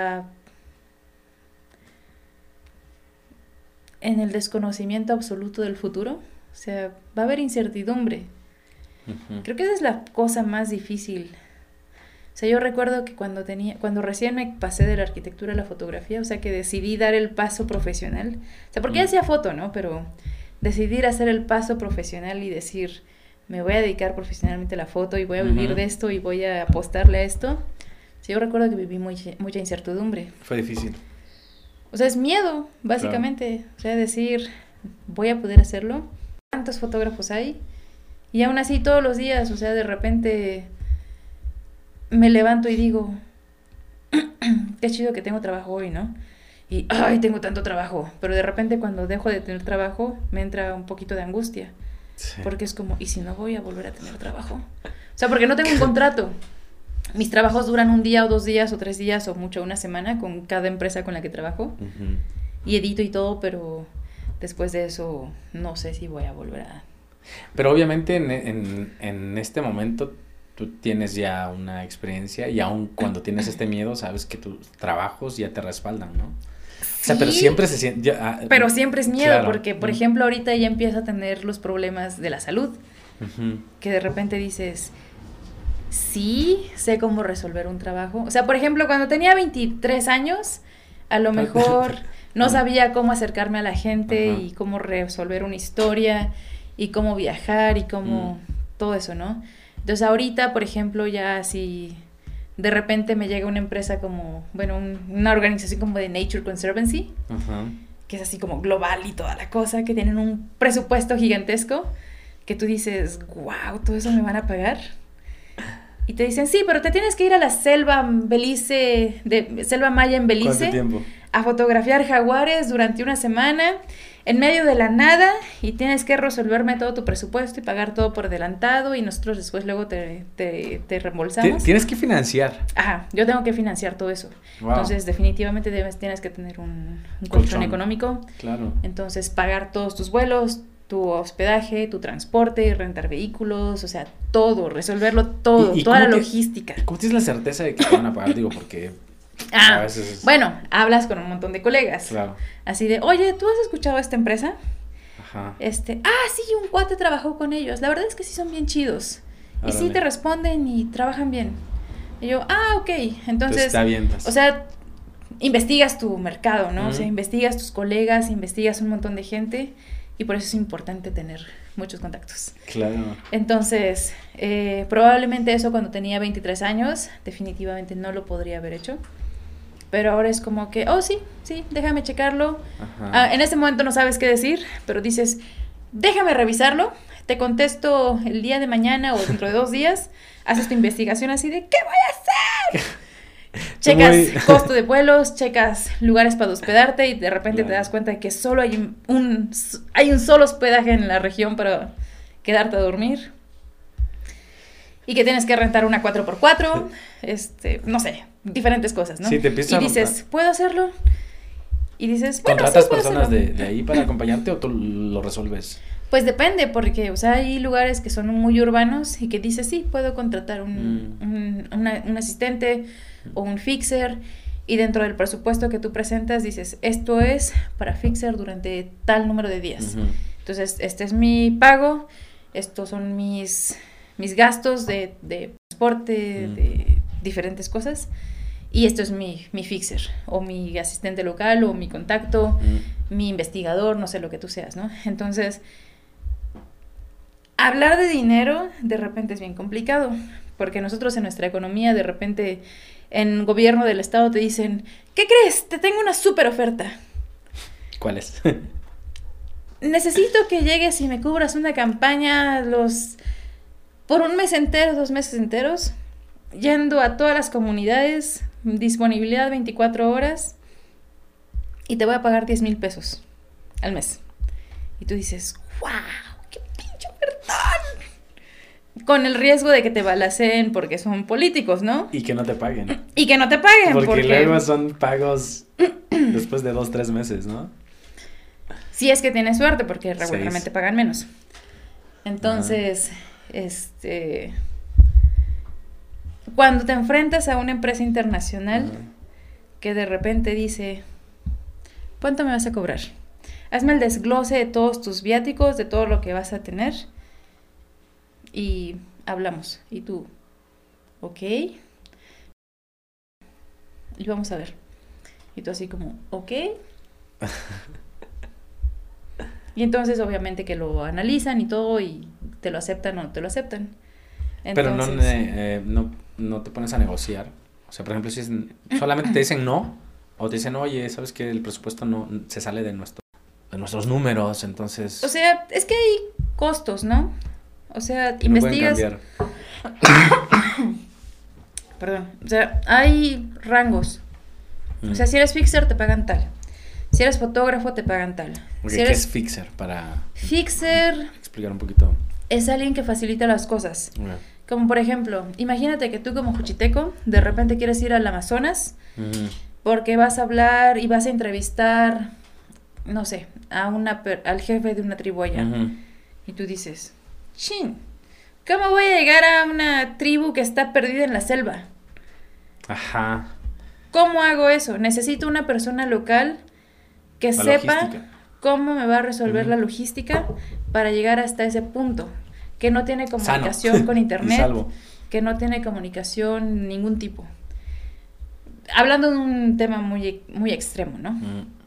el desconocimiento absoluto del futuro. O sea, va a haber incertidumbre. Creo que esa es la cosa más difícil. O sea, yo recuerdo que cuando recién me pasé de la arquitectura a la fotografía, o sea, que decidí dar el paso profesional. O sea, porque ya hacía foto, ¿no? Pero decidir hacer el paso profesional y decir, me voy a dedicar profesionalmente a la foto y voy a vivir de esto y voy a apostarle a esto. O sea, yo recuerdo que viví mucha incertidumbre. Fue difícil. O sea, es miedo, básicamente. Claro. O sea, decir, voy a poder hacerlo. ¿Cuántos fotógrafos hay? Y aún así todos los días, o sea, de repente me levanto y digo, qué chido que tengo trabajo hoy, ¿no? Y, ay, tengo tanto trabajo. Pero de repente cuando dejo de tener trabajo, me entra un poquito de angustia. Sí. Porque es como, ¿y si no voy a volver a tener trabajo? O sea, porque no tengo un contrato. Mis trabajos duran 1 día o 2 días o 3 días o mucho 1 semana con cada empresa con la que trabajo. Uh-huh. Y edito y todo, pero después de eso no sé si voy a volver a... Pero obviamente en este momento tú tienes ya una experiencia y aun cuando tienes este miedo sabes que tus trabajos ya te respaldan, ¿no? O sea, Sí, pero siempre se siente... pero siempre es miedo, claro. porque, por ejemplo, ahorita ya empiezo a tener los problemas de la salud, Uh-huh. que de repente dices, sí, sé cómo resolver un trabajo. O sea, por ejemplo, cuando tenía 23 años, a lo mejor no sabía cómo acercarme a la gente y cómo resolver una historia y cómo viajar y cómo todo eso, ¿no? Entonces, ahorita, por ejemplo, ya si de repente me llega una empresa como, bueno, una organización como de Nature Conservancy, que es así como global y toda la cosa, que tienen un presupuesto gigantesco, que tú dices, wow, ¿todo eso me van a pagar? Y te dicen, sí, pero te tienes que ir a la selva selva maya en Belice. ¿Cuánto tiempo? A fotografiar jaguares durante 1 semana, en medio de la nada, y tienes que resolverme todo tu presupuesto y pagar todo por adelantado, y nosotros después luego te reembolsamos. Tienes que financiar. Ajá, yo tengo que financiar todo eso. Wow. Entonces, definitivamente tienes que tener un colchón económico. Claro. Entonces, pagar todos tus vuelos, tu hospedaje, tu transporte, rentar vehículos, o sea, todo, resolverlo todo, toda la logística. ¿Cómo tienes la certeza de que te van a pagar? Digo, porque a veces bueno, hablas con un montón de colegas. Claro. Así de, oye, ¿tú has escuchado a esta empresa? Ajá. Sí, un cuate trabajó con ellos. La verdad es que sí son bien chidos. Y sí Órale. te responden y trabajan bien. Y yo, ok. Entonces, te avientas. O sea, investigas tu mercado, ¿no? O sea, investigas tus colegas, investigas un montón de gente. Y por eso es importante tener muchos contactos. Claro. Entonces, probablemente eso cuando tenía 23 años, definitivamente no lo podría haber hecho. Pero ahora es como que, sí, déjame checarlo. En ese momento no sabes qué decir, pero dices, déjame revisarlo, te contesto el día de mañana o dentro de 2 días, haces tu investigación así de, ¿qué voy a hacer? Checas costo de vuelos, checas lugares para hospedarte y de repente te das cuenta de que solo hay un solo hospedaje en la región para quedarte a dormir. Y que tienes que rentar una 4x4, no sé, diferentes cosas, ¿no? Sí, te empiezas y dices, ¿puedo hacerlo? Y dices, bueno, ¿contratas sí, puedo personas hacerlo. de ahí para acompañarte o tú lo resuelves? Pues depende, porque, o sea, hay lugares que son muy urbanos y que dices, sí, puedo contratar un asistente o un fixer, y dentro del presupuesto que tú presentas dices, esto es para fixer durante tal número de días. Entonces, este es mi pago, estos son mis gastos de transporte, de diferentes cosas, y esto es mi fixer, o mi asistente local, o mi contacto, mi investigador, no sé lo que tú seas, ¿no? Entonces, hablar de dinero de repente es bien complicado, porque nosotros en nuestra economía de repente en gobierno del estado te dicen, ¿qué crees? Te tengo una súper oferta. ¿Cuál es? Necesito que llegues y me cubras una campaña por 1 mes entero, 2 meses enteros, yendo a todas las comunidades, disponibilidad 24 horas, y te voy a pagar 10,000 pesos al mes. Y tú dices, ¡wow! ¡Qué pinche ofertón! Con el riesgo de que te balacen porque son políticos, ¿no? Y que no te paguen. Y que no te paguen. Porque luego son pagos después de 2-3 meses, ¿no? Si es que tienes suerte, porque regularmente pagan menos. Entonces, cuando te enfrentas a una empresa internacional que de repente dice, ¿cuánto me vas a cobrar? Hazme el desglose de todos tus viáticos, de todo lo que vas a tener, y hablamos. Y tú, ok, y vamos a ver. Y tú así como, ok. Y entonces obviamente que lo analizan y todo, y te lo aceptan o no te lo aceptan. Entonces, pero no te pones a negociar. O sea, por ejemplo, si solamente te dicen no, o te dicen, oye, sabes que el presupuesto no se sale de nuestros números, entonces... O sea, es que hay costos, ¿no? O sea, que investigas... no pueden cambiar. perdón. O sea, hay rangos. O sea, si eres fixer, te pagan tal. Si eres fotógrafo, te pagan tal. Porque, Si eres... ¿qué es fixer? Para Fixer explicar un poquito. es alguien que facilita las cosas. Bueno. Como por ejemplo, imagínate que tú como juchiteco de repente quieres ir al Amazonas porque vas a hablar y vas a entrevistar, no sé, a al jefe de una tribu allá. Y tú dices, chin, ¿cómo voy a llegar a una tribu que está perdida en la selva? Ajá. ¿Cómo hago eso? Necesito una persona local que La sepa logística. cómo me va a resolver la logística para llegar hasta ese punto. Que no tiene comunicación Sano. con Y internet, salvo. que no tiene comunicación ningún tipo. Hablando de un tema muy, muy extremo, ¿no?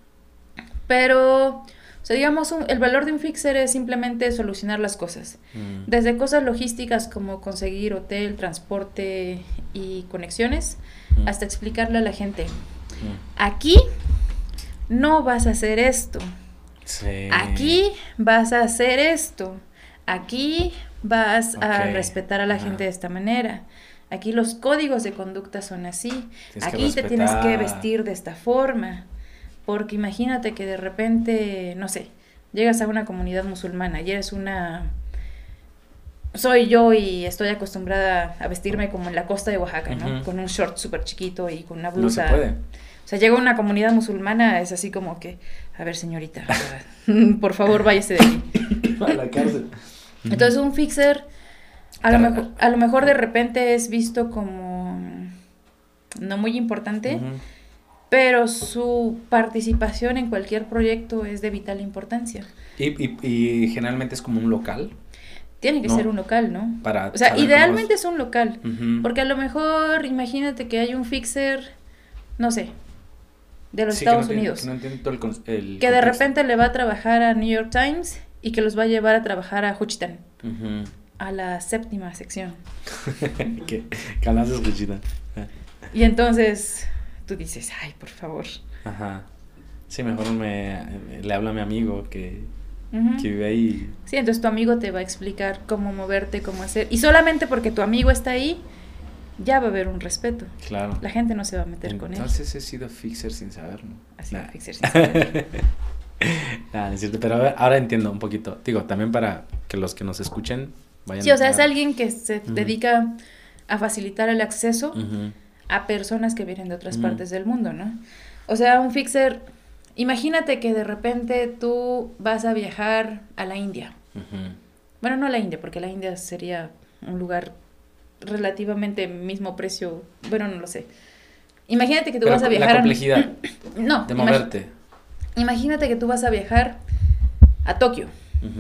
Pero, o sea, digamos, el valor de un fixer es simplemente solucionar las cosas. Desde cosas logísticas como conseguir hotel, transporte y conexiones, hasta explicarle a la gente, aquí no vas a hacer esto, Sí. aquí vas a hacer esto, aquí vas a respetar a la gente de esta manera. Aquí los códigos de conducta son así. Aquí te tienes que vestir de esta forma. Porque imagínate que de repente, no sé, llegas a una comunidad musulmana y eres una... Soy yo y estoy acostumbrada a vestirme como en la costa de Oaxaca, ¿no? Con un short súper chiquito y con una blusa. No se puede. O sea, llega a una comunidad musulmana, es así como que, a ver, señorita, por favor, váyase de aquí. A la cárcel. Entonces, un fixer, a lo mejor de repente es visto como no muy importante, pero su participación en cualquier proyecto es de vital importancia. Y generalmente es como un local. Tiene que ser un local, ¿no? Para o sea, idealmente es un local, porque a lo mejor, imagínate que hay un fixer, no sé, de los Estados Unidos, que no entiende todo el que contexto. de repente le va a trabajar a New York Times y que los va a llevar a trabajar a Juchitán, a la 7ª sección. que hablas de Juchitán. Y entonces tú dices, ay, por favor. Ajá. Sí, mejor le hablo a mi amigo que vive ahí. Sí, entonces tu amigo te va a explicar cómo moverte, cómo hacer. Y solamente porque tu amigo está ahí, ya va a haber un respeto. Claro. La gente no se va a meter con él. Entonces he sido fixer sin saberlo. Así fixer sin saberlo. Nah, es cierto, pero ahora entiendo un poquito. Digo, también para que los que nos escuchen vayan. Sí, o sea, es alguien que se dedica a facilitar el acceso a personas que vienen de otras partes del mundo, ¿no? O sea, un fixer, imagínate que de repente tú vas a viajar a la India. Bueno, no a la India, porque la India sería un lugar relativamente mismo precio, bueno, no lo sé. Imagínate que tú vas a viajar... La complejidad no, de moverte. Imagínate que tú vas a viajar a Tokio.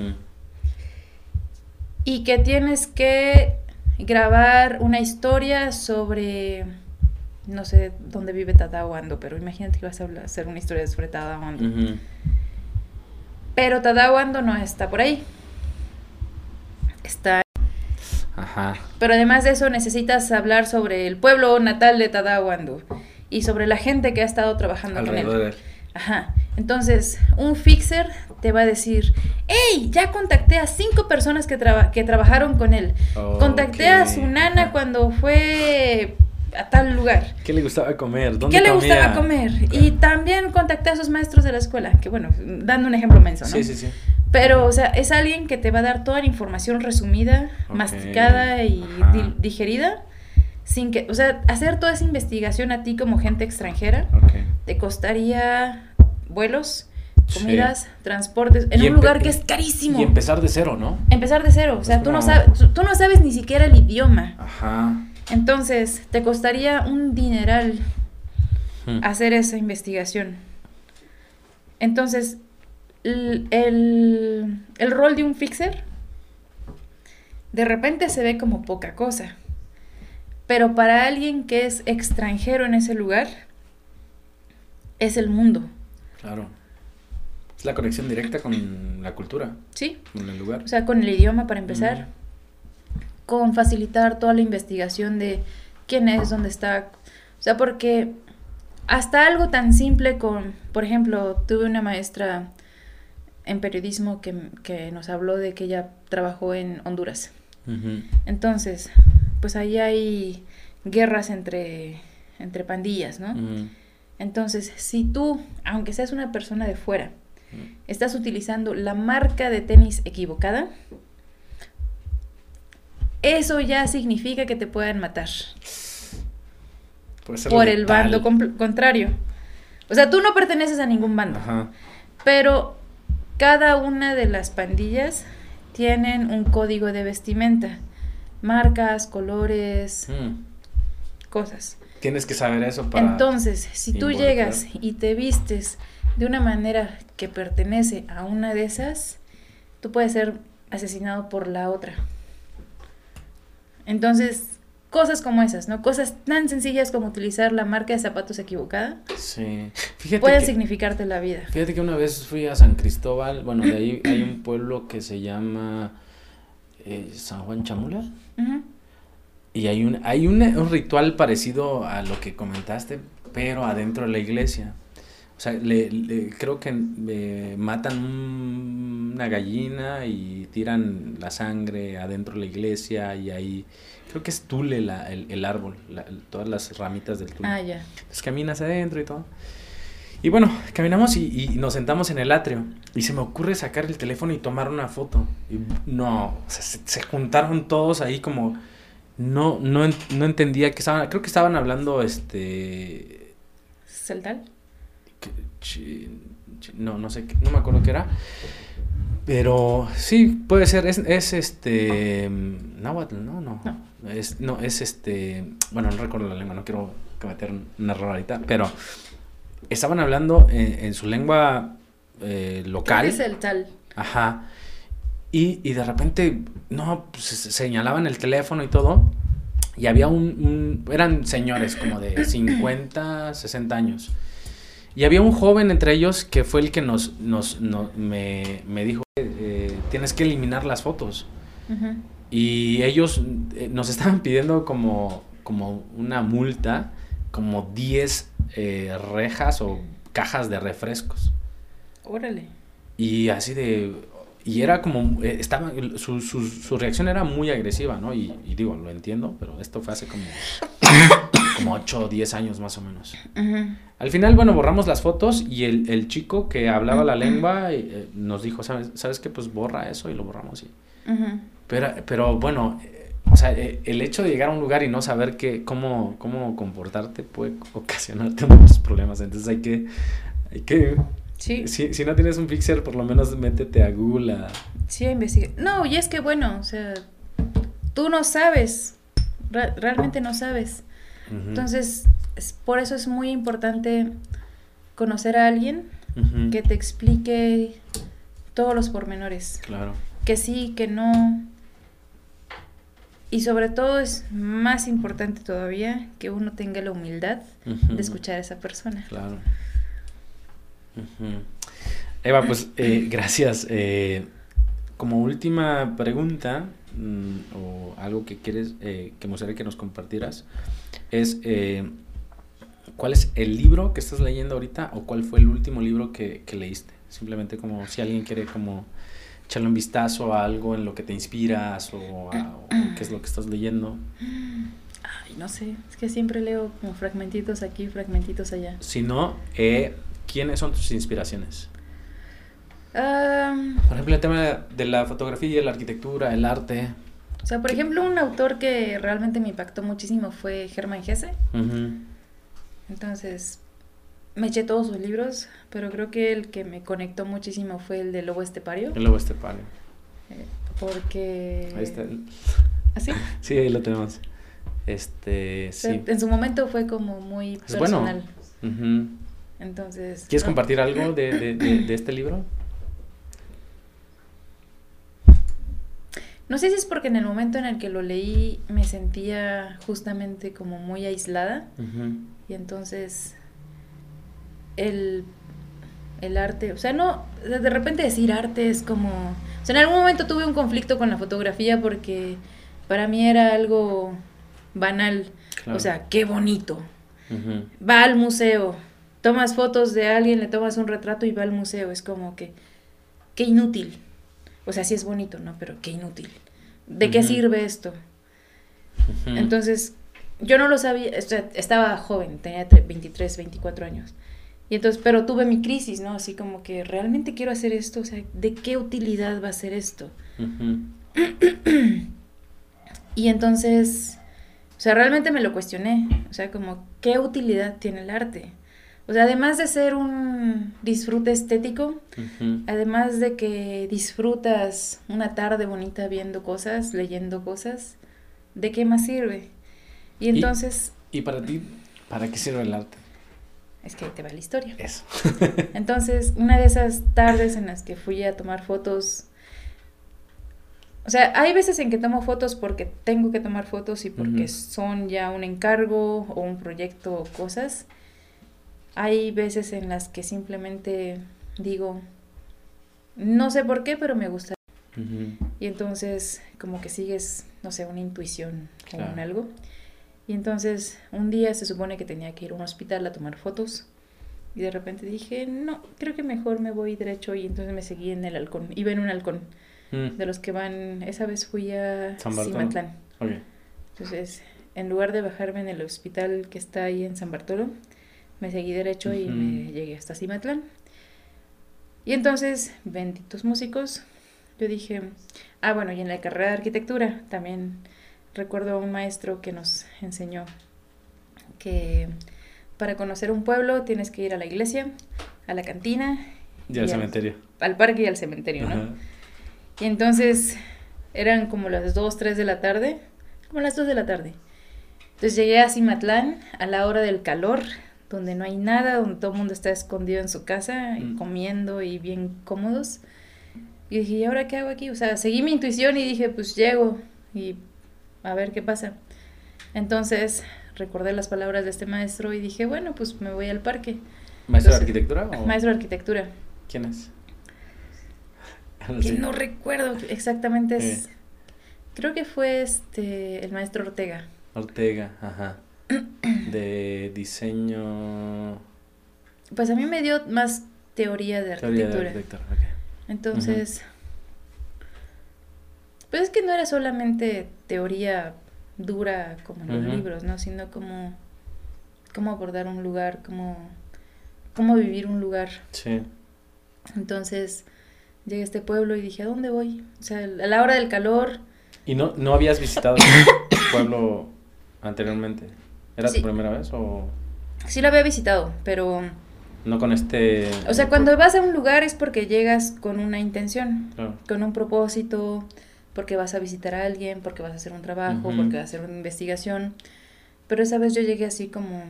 Y que tienes que grabar una historia sobre... No sé dónde vive Tadao Ando, pero imagínate que vas a hacer una historia sobre Tadao Ando. Pero Tadao Ando no está por ahí. Está... Ajá. Pero además de eso necesitas hablar sobre el pueblo natal de Tadao Ando y sobre la gente que ha estado trabajando alrededor con él. De él. Ajá. Entonces, un fixer te va a decir, ¡hey! Ya contacté a 5 personas que trabajaron con él. Contacté a su nana cuando fue a tal lugar. ¿Qué le gustaba comer? ¿Dónde ¿Qué le gustaba comer? Y también contacté a sus maestros de la escuela, que bueno, dando un ejemplo menso, ¿no? Sí. Pero, o sea, es alguien que te va a dar toda la información resumida, masticada y digerida, sin que, o sea, hacer toda esa investigación a ti como gente extranjera, te costaría vuelos, comidas, transportes, en un lugar que es carísimo. Y empezar de cero, ¿no? Empezar de cero, o sea, tú no sabes ni siquiera el idioma. Ajá. Entonces, te costaría un dineral hacer esa investigación. Entonces, el rol de un fixer de repente se ve como poca cosa, pero para alguien que es extranjero en ese lugar es el mundo. Claro, es la conexión directa con la cultura. Sí, con el lugar. O sea, con el idioma para empezar, con facilitar toda la investigación de quién es, dónde está, o sea, porque hasta algo tan simple con, por ejemplo, tuve una maestra en periodismo que nos habló de que ella trabajó en Honduras. Entonces, pues ahí hay guerras entre pandillas, ¿no? Entonces, si tú, aunque seas una persona de fuera, estás utilizando la marca de tenis equivocada, eso ya significa que te pueden matar por el bando contrario. O sea, tú no perteneces a ningún bando. Ajá. Pero cada una de las pandillas tienen un código de vestimenta, marcas, colores, cosas. Tienes que saber eso para... Entonces, si tú llegas y te vistes de una manera que pertenece a una de esas, tú puedes ser asesinado por la otra. Entonces, cosas como esas, ¿no? Cosas tan sencillas como utilizar la marca de zapatos equivocada. Sí. Fíjate pueden significarte la vida. Fíjate que una vez fui a San Cristóbal, bueno, de ahí hay un pueblo que se llama San Juan Chamula. Y hay un ritual parecido a lo que comentaste, pero adentro de la iglesia. O sea, creo que matan una gallina y tiran la sangre adentro de la iglesia y ahí... Creo que es tule el árbol, todas las ramitas del tule. Ah, ya. Entonces caminas adentro y todo. Y bueno, caminamos y nos sentamos en el atrio. Y se me ocurre sacar el teléfono y tomar una foto. Y no, o sea, se juntaron todos ahí como... No entendía que estaban... Creo que estaban hablando, ¿Celtal? No sé, no me acuerdo qué era. Pero sí, puede ser, es náhuatl, no. Es bueno, no recuerdo la lengua, no quiero cometer un error ahorita, pero estaban hablando en su lengua local. ¿Qué es el tal? Ajá. Y de repente, pues, señalaban el teléfono y todo, y había eran señores como de 50, 60 años. Y había un joven entre ellos que fue el que me dijo, tienes que eliminar las fotos. Y ellos nos estaban pidiendo como una multa, como 10 rejas o cajas de refrescos. Órale. Y así y era como, su reacción era muy agresiva, ¿no? Y digo, lo entiendo, pero esto fue hace como 8 o 10 años más o menos. Al final, bueno, borramos las fotos y el chico que hablaba la lengua nos dijo, ¿sabes qué? Pues borra eso y lo borramos. Pero bueno, o sea, el hecho de llegar a un lugar y no saber cómo comportarte puede ocasionarte muchos problemas. Entonces hay que sí. Si no tienes un fixer, por lo menos métete a Google Sí, a investigar. No, y es que bueno, o sea, tú no sabes, realmente no sabes. Entonces, por eso es muy importante conocer a alguien que te explique todos los pormenores. Claro. Que sí, que no. Y sobre todo es más importante todavía que uno tenga la humildad de escuchar a esa persona. Claro. Eva, pues gracias. Como última pregunta, o algo que quieres, que me gustaría que nos compartieras, es ¿cuál es el libro que estás leyendo ahorita o cuál fue el último libro que leíste? Simplemente como si alguien quiere como echarle un vistazo a algo en lo que te inspiras o qué es lo que estás leyendo. Ay, no sé, es que siempre leo como fragmentitos aquí, fragmentitos allá. Si no, ¿quiénes son tus inspiraciones? Por ejemplo, el tema de la fotografía, la arquitectura, el arte. O sea, por ejemplo, un autor que realmente me impactó muchísimo fue Hermann Hesse. Entonces, me eché todos sus libros, pero creo que el que me conectó muchísimo fue el de Lobo Estepario. El Lobo Estepario. Porque... Ahí está. ¿Así? Sí, ahí lo tenemos. Sí. En su momento fue como muy personal. Bueno. Entonces... ¿Quieres compartir algo de este libro? No sé si es porque en el momento en el que lo leí me sentía justamente como muy aislada. Y entonces el arte, o sea, no, de repente decir arte es como... O sea, en algún momento tuve un conflicto con la fotografía porque para mí era algo banal. Claro. O sea, qué bonito. Va al museo, tomas fotos de alguien, le tomas un retrato y va al museo. Es como que, qué inútil. O sea, sí es bonito, ¿no? Pero qué inútil. ¿De qué sirve esto? Entonces, yo no lo sabía, o sea, estaba joven, tenía 23, 24 años. Y entonces, pero tuve mi crisis, ¿no? Así como que, ¿realmente quiero hacer esto? O sea, ¿de qué utilidad va a ser esto? Ujú. Y entonces, o sea, realmente me lo cuestioné. O sea, como, ¿qué utilidad tiene el arte? O sea, además de ser un disfrute estético, Ujú. además de que disfrutas una tarde bonita viendo cosas, leyendo cosas, ¿de qué más sirve? Y Y, entonces, y para ti, ¿para qué sirve el arte? es que ahí te va la historia. Eso. Entonces, una de esas tardes en las que fui a tomar fotos, o sea, hay veces en que tomo fotos porque tengo que tomar fotos y porque Ujú. son ya un encargo o un proyecto o cosas. Hay veces en las que simplemente digo, no sé por qué, pero me gusta. Ujú. Y entonces como que sigues, no sé, una intuición o Claro. un algo. Y entonces un día se supone que tenía que ir a un hospital a tomar fotos. Y de repente dije, no, creo que mejor me voy derecho. Y entonces me seguí en el halcón. Iba en un halcón. Mm. De los que van, esa vez fui a San Bartolo. Cimatlán. Ok. Entonces, en lugar de bajarme en el hospital que está ahí en San Bartolo, me seguí derecho y Ujú. me llegué hasta Cimatlán. Y entonces, benditos músicos, yo dije, ah, bueno, y en la carrera de arquitectura también recuerdo a un maestro que nos enseñó que para conocer un pueblo tienes que ir a la iglesia, a la cantina Y al cementerio. al parque y al cementerio, ¿no? Ajá. Y entonces eran como las 2, 3 de la tarde, como las 2 de la tarde. Entonces llegué a Cimatlán a la hora del calor, donde no hay nada, donde todo el mundo está escondido en su casa, comiendo y bien cómodos. Y dije, ¿y ahora qué hago aquí? O sea, seguí mi intuición y dije, pues llego y a ver qué pasa. Entonces recordé las palabras de este maestro y dije, bueno, pues me voy al parque. ¿Maestro de Entonces, arquitectura o maestro de arquitectura. quién es? No Que sé. no recuerdo exactamente, Sí. es, creo que fue el maestro Ortega. Ortega, ajá. De diseño. Pues a mí me dio más teoría de Teoría de arquitectura. arquitectura, ok. Entonces, pues es que no era solamente teoría dura como en los Ujú. libros, ¿no? Sino como cómo abordar un lugar, cómo vivir un lugar. Sí. Entonces, llegué a este pueblo y dije, ¿a dónde voy? O sea, a la hora del calor, ¿Y no habías visitado este pueblo anteriormente? ¿Era tu sí, primera vez o sí lo había visitado, pero, no con este? o sea, cuando vas a un lugar es porque llegas con una intención, Claro. con un propósito, porque vas a visitar a alguien, porque vas a hacer un trabajo, Ujú. porque vas a hacer una investigación. Pero esa vez yo llegué así como,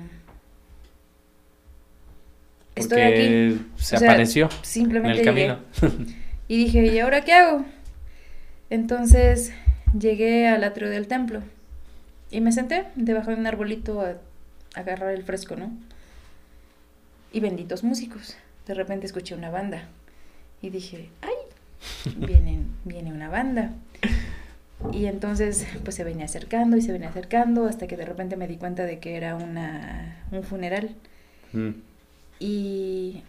estoy aquí. Porque se O sea, apareció en simplemente el llegué. camino. Y dije, ¿y ahora qué hago? Entonces llegué al atrio del templo y me senté debajo de un arbolito a agarrar el fresco, ¿no? Y benditos músicos. De repente escuché una banda y dije, ¡ay! Viene una banda. Y entonces pues se venía acercando y se venía acercando hasta que de repente me di cuenta de que era un funeral. Mm. Y,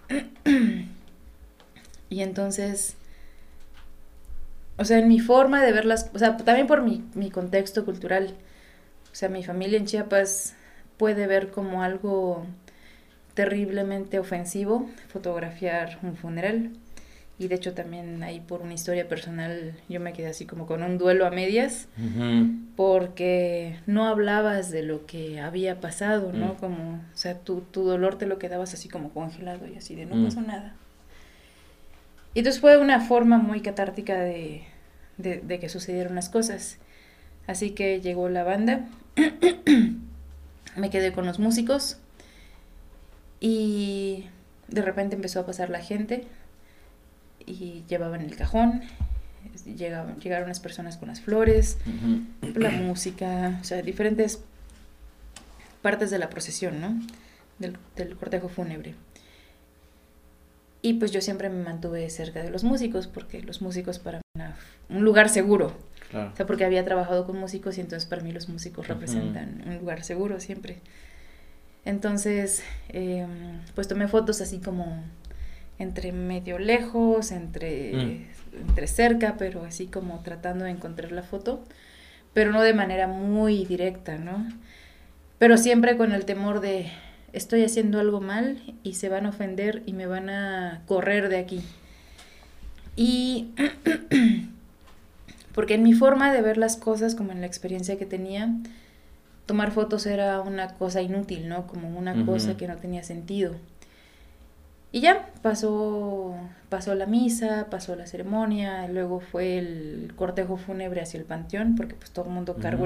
y entonces, o sea, en mi forma de ver las, o sea, también por mi contexto cultural, o sea, mi familia en Chiapas puede ver como algo terriblemente ofensivo fotografiar un funeral. Y de hecho también ahí por una historia personal yo me quedé así como con un duelo a medias, Ujú. porque no hablabas de lo que había pasado, ¿no? Mm. Como, o sea, tu dolor te lo quedabas así como congelado y así de no pasó nada. Y entonces fue una forma muy catártica de que sucedieron las cosas. Así que llegó la banda, me quedé con los músicos y de repente empezó a pasar la gente y llevaban el cajón, llegaron las personas con las flores, Ujú. la música, o sea, diferentes partes de la procesión, ¿no? Del cortejo fúnebre. Y pues yo siempre me mantuve cerca de los músicos, porque los músicos para mí un lugar seguro. Claro. O sea, porque había trabajado con músicos y entonces para mí los músicos representan un lugar seguro siempre. Entonces, pues tomé fotos así como entre medio lejos, entre cerca, pero así como tratando de encontrar la foto, pero no de manera muy directa, ¿no? pero siempre con el temor de estoy haciendo algo mal y se van a ofender y me van a correr de aquí. Y porque en mi forma de ver las cosas, como en la experiencia que tenía, tomar fotos era una cosa inútil, ¿no? Como una cosa que no tenía sentido. Y ya, pasó la misa, pasó la ceremonia, luego fue el cortejo fúnebre hacia el panteón, porque pues todo el mundo cargó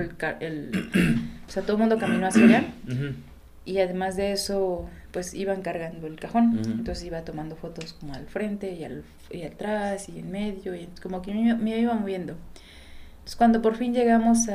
o sea, todo el mundo caminó hacia allá. Y además de eso, pues iban cargando el cajón. Entonces iba tomando fotos como al frente y atrás y en medio, y como que me iba moviendo. Entonces cuando por fin llegamos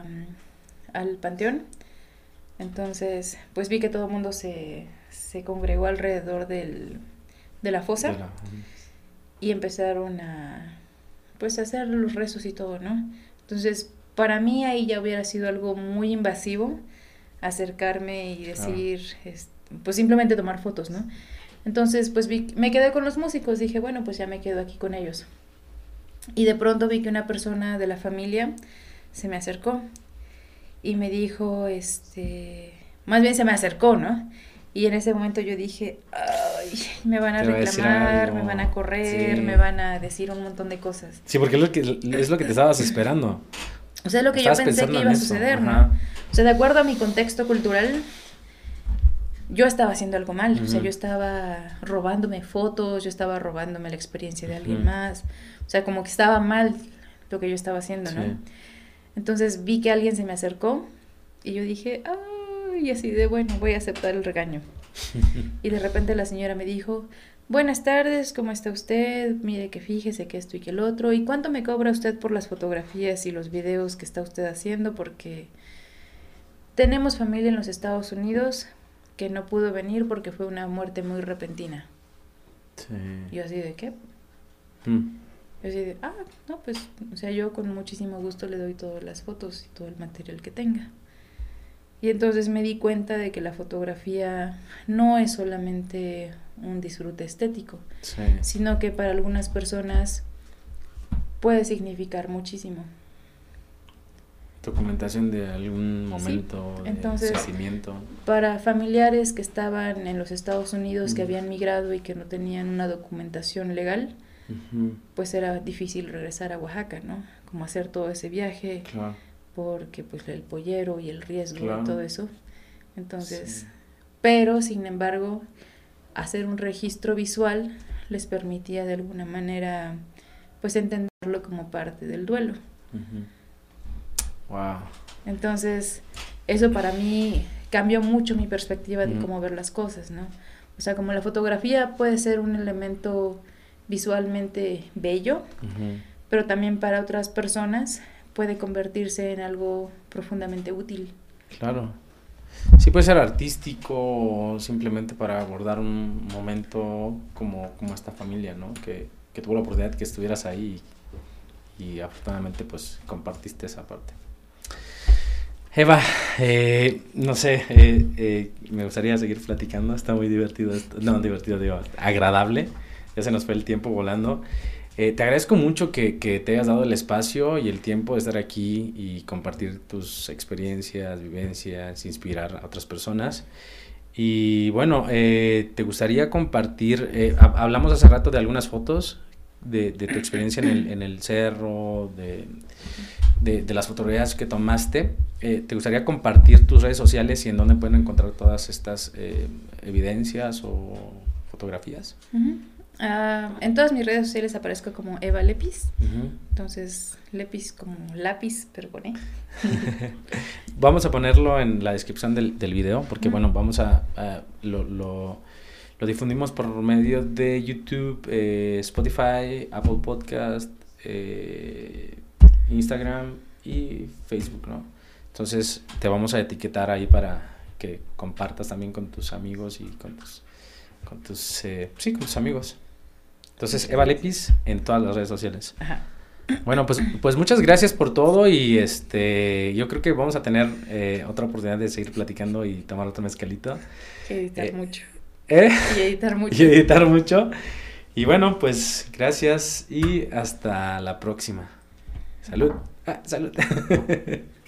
al panteón, entonces pues vi que todo el mundo se congregó alrededor de la fosa y empezaron a hacer los rezos y todo, ¿no? Entonces para mí ahí ya hubiera sido algo muy invasivo acercarme y decir, pues simplemente tomar fotos, ¿no? Entonces pues me quedé con los músicos, dije, bueno, pues ya me quedo aquí con ellos. Y de pronto vi que una persona de la familia se me acercó y me dijo, más bien se me acercó, ¿no? Y en ese momento yo dije, ay, me van a reclamar, me van a correr, me van a decir un montón de cosas. Sí, porque es lo que te estabas esperando. O sea, es lo que yo pensé que iba a suceder, ¿no? O sea, de acuerdo a mi contexto cultural, yo estaba haciendo algo mal. O sea, yo estaba robándome fotos, yo estaba robándome la experiencia de alguien más. O sea, como que estaba mal lo que yo estaba haciendo, ¿no? Sí. Entonces vi que alguien se me acercó y yo dije, y así de bueno, voy a aceptar el regaño. Y de repente la señora me dijo, buenas tardes, ¿cómo está usted? Mire que fíjese que esto y que el otro. ¿Y cuánto me cobra usted por las fotografías y los videos que está usted haciendo? Porque tenemos familia en los Estados Unidos que no pudo venir porque fue una muerte muy repentina. Sí. Y yo así de, ¿qué? Yo así de, no, pues, o sea, yo con muchísimo gusto le doy todas las fotos y todo el material que tenga. Y entonces me di cuenta de que la fotografía no es solamente un disfrute estético, sino que para algunas personas puede significar muchísimo. Documentación de algún momento, entonces, de sentimiento. Para familiares que estaban en los Estados Unidos, que habían migrado y que no tenían una documentación legal, pues era difícil regresar a Oaxaca, ¿no? Como hacer todo ese viaje. Claro. Porque pues el pollero y el riesgo y todo eso. Entonces, pero sin embargo, hacer un registro visual les permitía de alguna manera pues entenderlo como parte del duelo. Wow. Entonces, eso para mí cambió mucho mi perspectiva de cómo ver las cosas, ¿no? O sea, como la fotografía puede ser un elemento visualmente bello, pero también para otras personas puede convertirse en algo profundamente útil. Claro. Sí, puede ser artístico o simplemente para abordar un momento como esta familia, ¿no? Que tuvo la oportunidad que estuvieras ahí y afortunadamente pues compartiste esa parte. Eva, no sé, me gustaría seguir platicando, está muy divertido esto. No, divertido, digo, agradable, ya se nos fue el tiempo volando. Te agradezco mucho que te hayas dado el espacio y el tiempo de estar aquí y compartir tus experiencias, vivencias, inspirar a otras personas. Y bueno, ¿te gustaría compartir? Hablamos hace rato de algunas fotos de tu experiencia en el cerro, de las fotografías que tomaste. ¿Te gustaría compartir tus redes sociales y en dónde pueden encontrar todas estas evidencias o fotografías? En todas mis redes sociales aparezco como Eva Lepis. Entonces, Lepis como lápiz, pero con E. Vamos a ponerlo en la descripción del video, porque bueno, vamos lo difundimos por medio de YouTube, Spotify, Apple Podcast, Instagram y Facebook, ¿no? Entonces te vamos a etiquetar ahí para que compartas también con tus amigos y con tus amigos. Entonces, Eva Lepis en todas las redes sociales. Ajá. Bueno, pues muchas gracias por todo y yo creo que vamos a tener otra oportunidad de seguir platicando y tomar otro mezcalito. Y editar mucho. Y editar mucho. Y bueno, pues gracias y hasta la próxima. Salud. Salud.